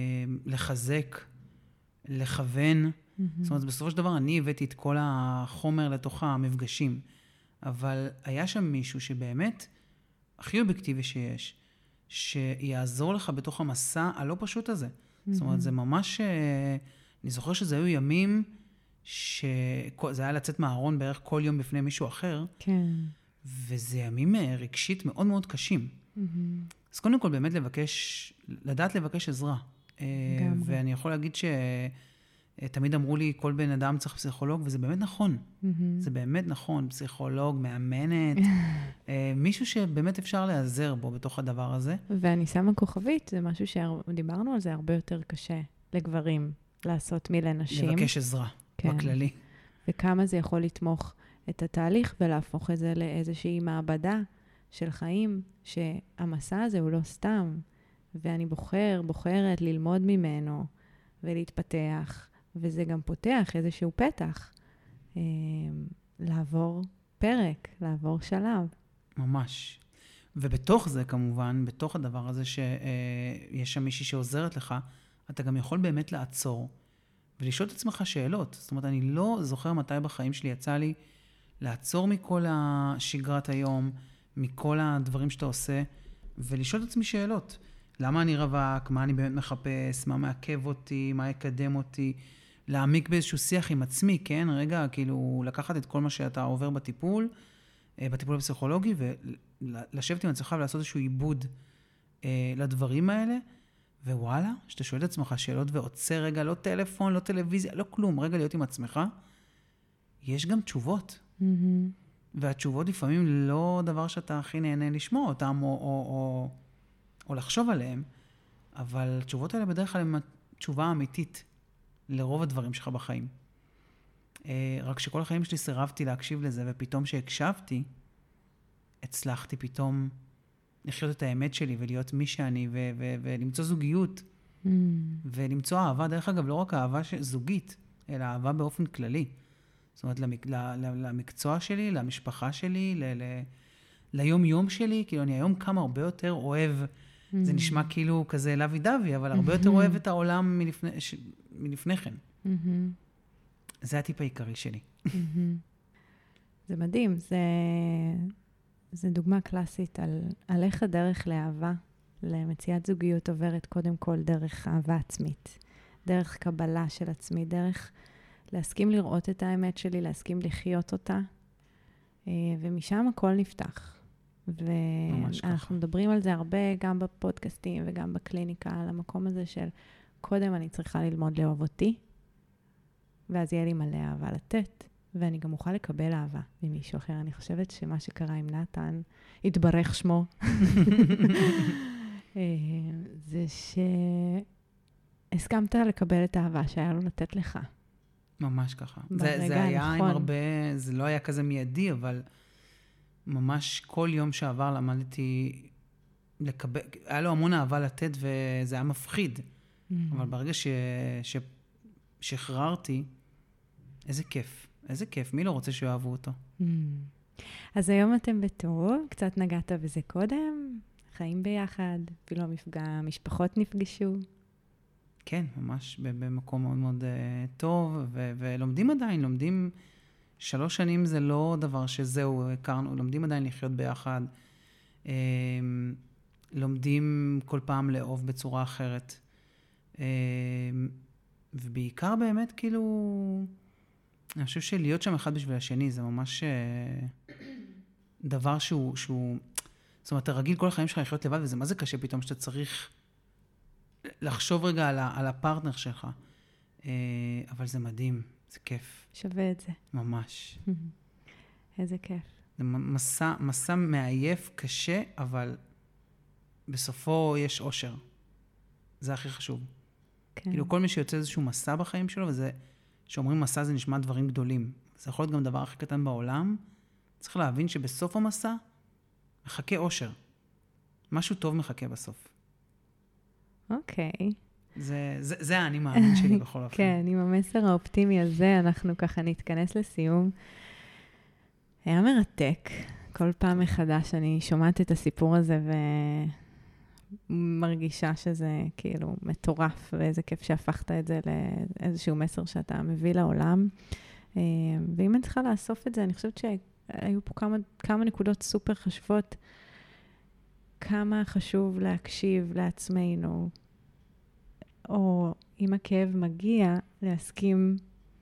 לחזק, לכוון. Mm-hmm. זאת אומרת, בסופו של דבר אני הבאתי את כל החומר לתוך המפגשים, אבל היה שם מישהו שבאמת, הכי אובייקטיבי שיש, שיעזור לך בתוך המסע הלא פשוט הזה. Mm-hmm. זאת אומרת, זה ממש... אה, אני זוכר שזה היו ימים שזה היה לצאת מהארון בערך כל יום בפני מישהו אחר. כן. וזה ימים רגשית מאוד מאוד קשים. Mm-hmm. אז קודם כל באמת לבקש, לדעת לבקש עזרה. גם ואני יכול להגיד שתמיד אמרו לי, כל בן אדם צריך פסיכולוג, וזה באמת נכון. Mm-hmm. זה באמת נכון, פסיכולוג, מאמנת, מישהו שבאמת אפשר להיעזר בו בתוך הדבר הזה. ואני שמה כוכבית, זה משהו שדיברנו על זה הרבה יותר קשה לגברים. לעשות מי לנשים. לבקש עזרה, כן. בכללי. וכמה זה יכול לתמוך את התהליך ולהפוך את זה לאיזושהי מעבדה של חיים, שהמסע הזה הוא לא סתם, ואני בוחר, בוחרת ללמוד ממנו ולהתפתח, וזה גם פותח איזשהו פתח, אה, לעבור פרק, לעבור שלב. ממש. ובתוך זה כמובן, בתוך הדבר הזה שיש שם מישהי שעוזרת לך, אתה גם יכול באמת לעצור ולשאול את עצמך שאלות. זאת אומרת, אני לא זוכר מתי בחיים שלי יצא לי לעצור מכל השגרת היום, מכל הדברים שאתה עושה, ולשאול את עצמי שאלות. למה אני רווק? מה אני באמת מחפש? מה מעכב אותי? מה יקדם אותי? להעמיק באיזשהו שיח עם עצמי, כן? רגע, כאילו, לקחת את כל מה שאתה עובר בטיפול, בטיפול הפסיכולוגי, ולשבת עם עצמך ולעשות איזשהו עיבוד לדברים האלה, ווואלה, שאתה שואל את עצמך שאלות ועוצר רגע, לא טלפון, לא טלוויזיה, לא כלום, רגע להיות עם עצמך, יש גם תשובות. Mm-hmm. והתשובות לפעמים לא דבר שאתה הכי נהנה לשמוע אותם, או, או, או, או לחשוב עליהם, אבל התשובות האלה בדרך כלל הן תשובה אמיתית לרוב הדברים שלך בחיים. רק שכל החיים שלי סירבתי להקשיב לזה, ופתאום שהקשבתי, הצלחתי פתאום לחיות את האמת שלי ולהיות מי שאני, ו- ו- ולמצוא זוגיות, mm. ולמצוא אהבה, דרך אגב, לא רק אהבה זוגית, אלא אהבה באופן כללי. זאת אומרת, למק- למקצוע שלי, למשפחה שלי, ל- ל- ליום-יום שלי, כאילו אני היום כמה הרבה יותר אוהב, mm. זה נשמע כאילו כזה לוי דווי, אבל הרבה יותר אוהב את העולם מלפני, ש- מלפני כן. Mm-hmm. זה הטיפ העיקרי שלי. Mm-hmm. זה מדהים, זה... זו דוגמה קלאסית על, על איך הדרך לאהבה, למציאת זוגיות עוברת קודם כל דרך אהבה עצמית, דרך קבלה של עצמי, דרך להסכים לראות את האמת שלי, להסכים לחיות אותה, ומשם הכל נפתח. ואנחנו מדברים על זה הרבה, גם בפודקאסטים וגם בקליניקה, על המקום הזה של קודם אני צריכה ללמוד לאהוב אותי, ואז יהיה לי מלא אהבה לתת, ואני גם אוכל לקבל אהבה ממישהו אחר. אני חושבת שמה שקרה עם נתן, התברך שמו, זה שהסכמת לקבל את האהבה שהיה לו לתת לך. ממש ככה. זה, זה היה עם הרבה, זה לא היה כזה מיידי, אבל ממש כל יום שעבר למדתי לקבל, היה לו המון אהבה לתת וזה היה מפחיד. Mm-hmm. אבל ברגע ש, ששחררתי, איזה כיף, איזה כיף, מי לא רוצה שאוהבו אותו? Mm-hmm. אז היום אתם בטוב, קצת נגעת בזה קודם, חיים ביחד, אפילו המפגע, המשפחות נפגשו. כן, ממש במקום מאוד מאוד uh, טוב, ו- ולומדים עדיין, לומדים, שלוש שנים זה לא דבר שזהו, הכרנו, לומדים עדיין לחיות ביחד, um, לומדים כל פעם לאהוב בצורה אחרת, um, ובעיקר באמת כאילו, אני חושב שלהיות שם אחד בשביל השני, זה ממש uh, דבר שהוא, שהוא, זאת אומרת, אתה רגיל כל החיים שלך לחיות לבד, וזה מה זה קשה פתאום שאתה צריך לחשוב רגע על, ה, על הפרטנר שלך. אה, אבל זה מדהים, זה כיף. שווה את זה. ממש. איזה כיף. זה מסע, מסע מעייף, קשה, אבל בסופו יש אושר. זה הכי חשוב. כן. כאילו כל מי שיוצא איזשהו מסע בחיים שלו, וזה, שאומרים מסע זה נשמע דברים גדולים. זה יכול להיות גם דבר הכי קטן בעולם. צריך להבין שבסוף המסע מחכה אושר. משהו טוב מחכה בסוף. אוקיי. זה, זה, זה האני מאמין שלי בכל אופן. כן, עם המסר האופטימי הזה, אנחנו ככה נתכנס לסיום. היה מרתק. כל פעם מחדש אני שומעת את הסיפור הזה ומרגישה שזה כאילו מטורף, ואיזה כיף שהפכת את זה לאיזשהו מסר שאתה מביא לעולם. ואם אני צריכה לאסוף את זה, אני חושבת שהיו פה כמה, כמה נקודות סופר חשובות, כמה חשוב להקשיב לעצמנו, או אם הכאב מגיע, להסכים,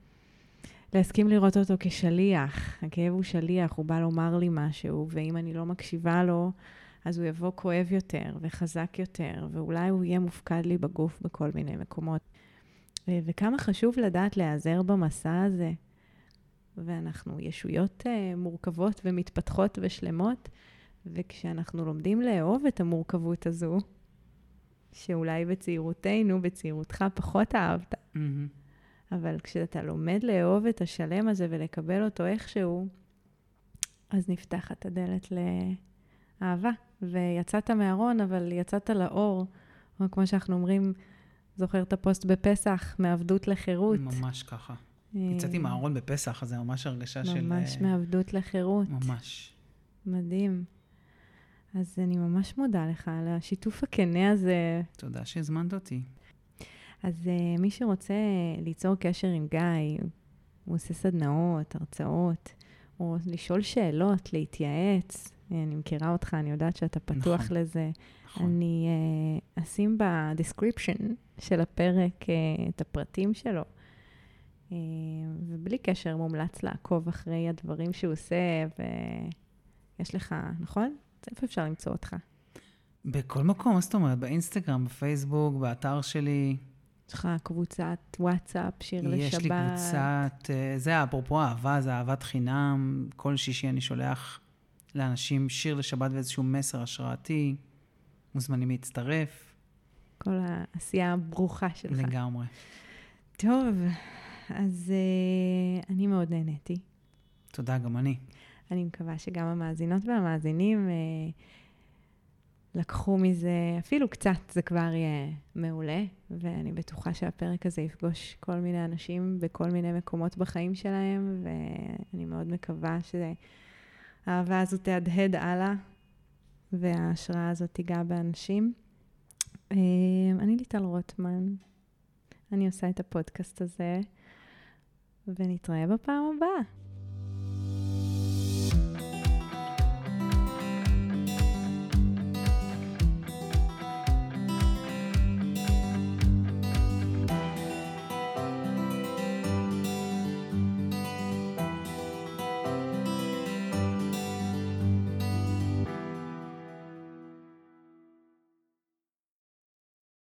להסכים לראות אותו כשליח. הכאב הוא שליח, הוא בא לומר לי משהו, ואם אני לא מקשיבה לו, אז הוא יבוא כואב יותר וחזק יותר, ואולי הוא יהיה מופקד לי בגוף בכל מיני מקומות. וכמה חשוב לדעת להיעזר במסע הזה, ואנחנו ישויות מורכבות ומתפתחות ושלמות, וכשאנחנו לומדים לאהוב את המורכבות הזו, שאולי בצעירותנו, בצעירותך פחות אהבת, mm-hmm. אבל כשאתה לומד לאהוב את השלם הזה ולקבל אותו איכשהו, אז נפתחת הדלת לאהבה. ויצאת מהארון, אבל יצאת לאור, או כמו שאנחנו אומרים, זוכר את הפוסט בפסח, מעבדות לחירות. ממש ככה. יצאתי מהארון בפסח, אז זה ממש הרגשה ממש של... ממש מעבדות לחירות. ממש. מדהים. אז אני ממש מודה לך על השיתוף הכנה הזה. תודה שהזמנת אותי. אז uh, מי שרוצה ליצור קשר עם גיא, הוא עושה סדנאות, הרצאות, או לשאול שאלות, להתייעץ. אני מכירה אותך, אני יודעת שאתה פתוח נכון, לזה. נכון. אני uh, אשים בדסקריפשן של הפרק uh, את הפרטים שלו. Uh, ובלי קשר מומלץ לעקוב אחרי הדברים שהוא עושה, ויש לך, נכון? איפה אפשר למצוא אותך? בכל מקום, מה זאת אומרת? באינסטגרם, בפייסבוק, באתר שלי. יש לך קבוצת וואטסאפ, שיר לשבת. יש לי קבוצת, זה אפרופו אהבה, זה אהבת חינם. כל שישי אני שולח לאנשים שיר לשבת ואיזשהו מסר השראתי. מוזמנים להצטרף. כל העשייה הברוכה שלך. לגמרי. טוב, אז uh, אני מאוד נהניתי. תודה, גם אני. אני מקווה שגם המאזינות והמאזינים אה, לקחו מזה, אפילו קצת, זה כבר יהיה מעולה, ואני בטוחה שהפרק הזה יפגוש כל מיני אנשים בכל מיני מקומות בחיים שלהם, ואני מאוד מקווה שהאהבה הזו תהדהד הלאה, וההשראה הזאת תיגע באנשים. אה, אני ליטל רוטמן, אני עושה את הפודקאסט הזה, ונתראה בפעם הבאה.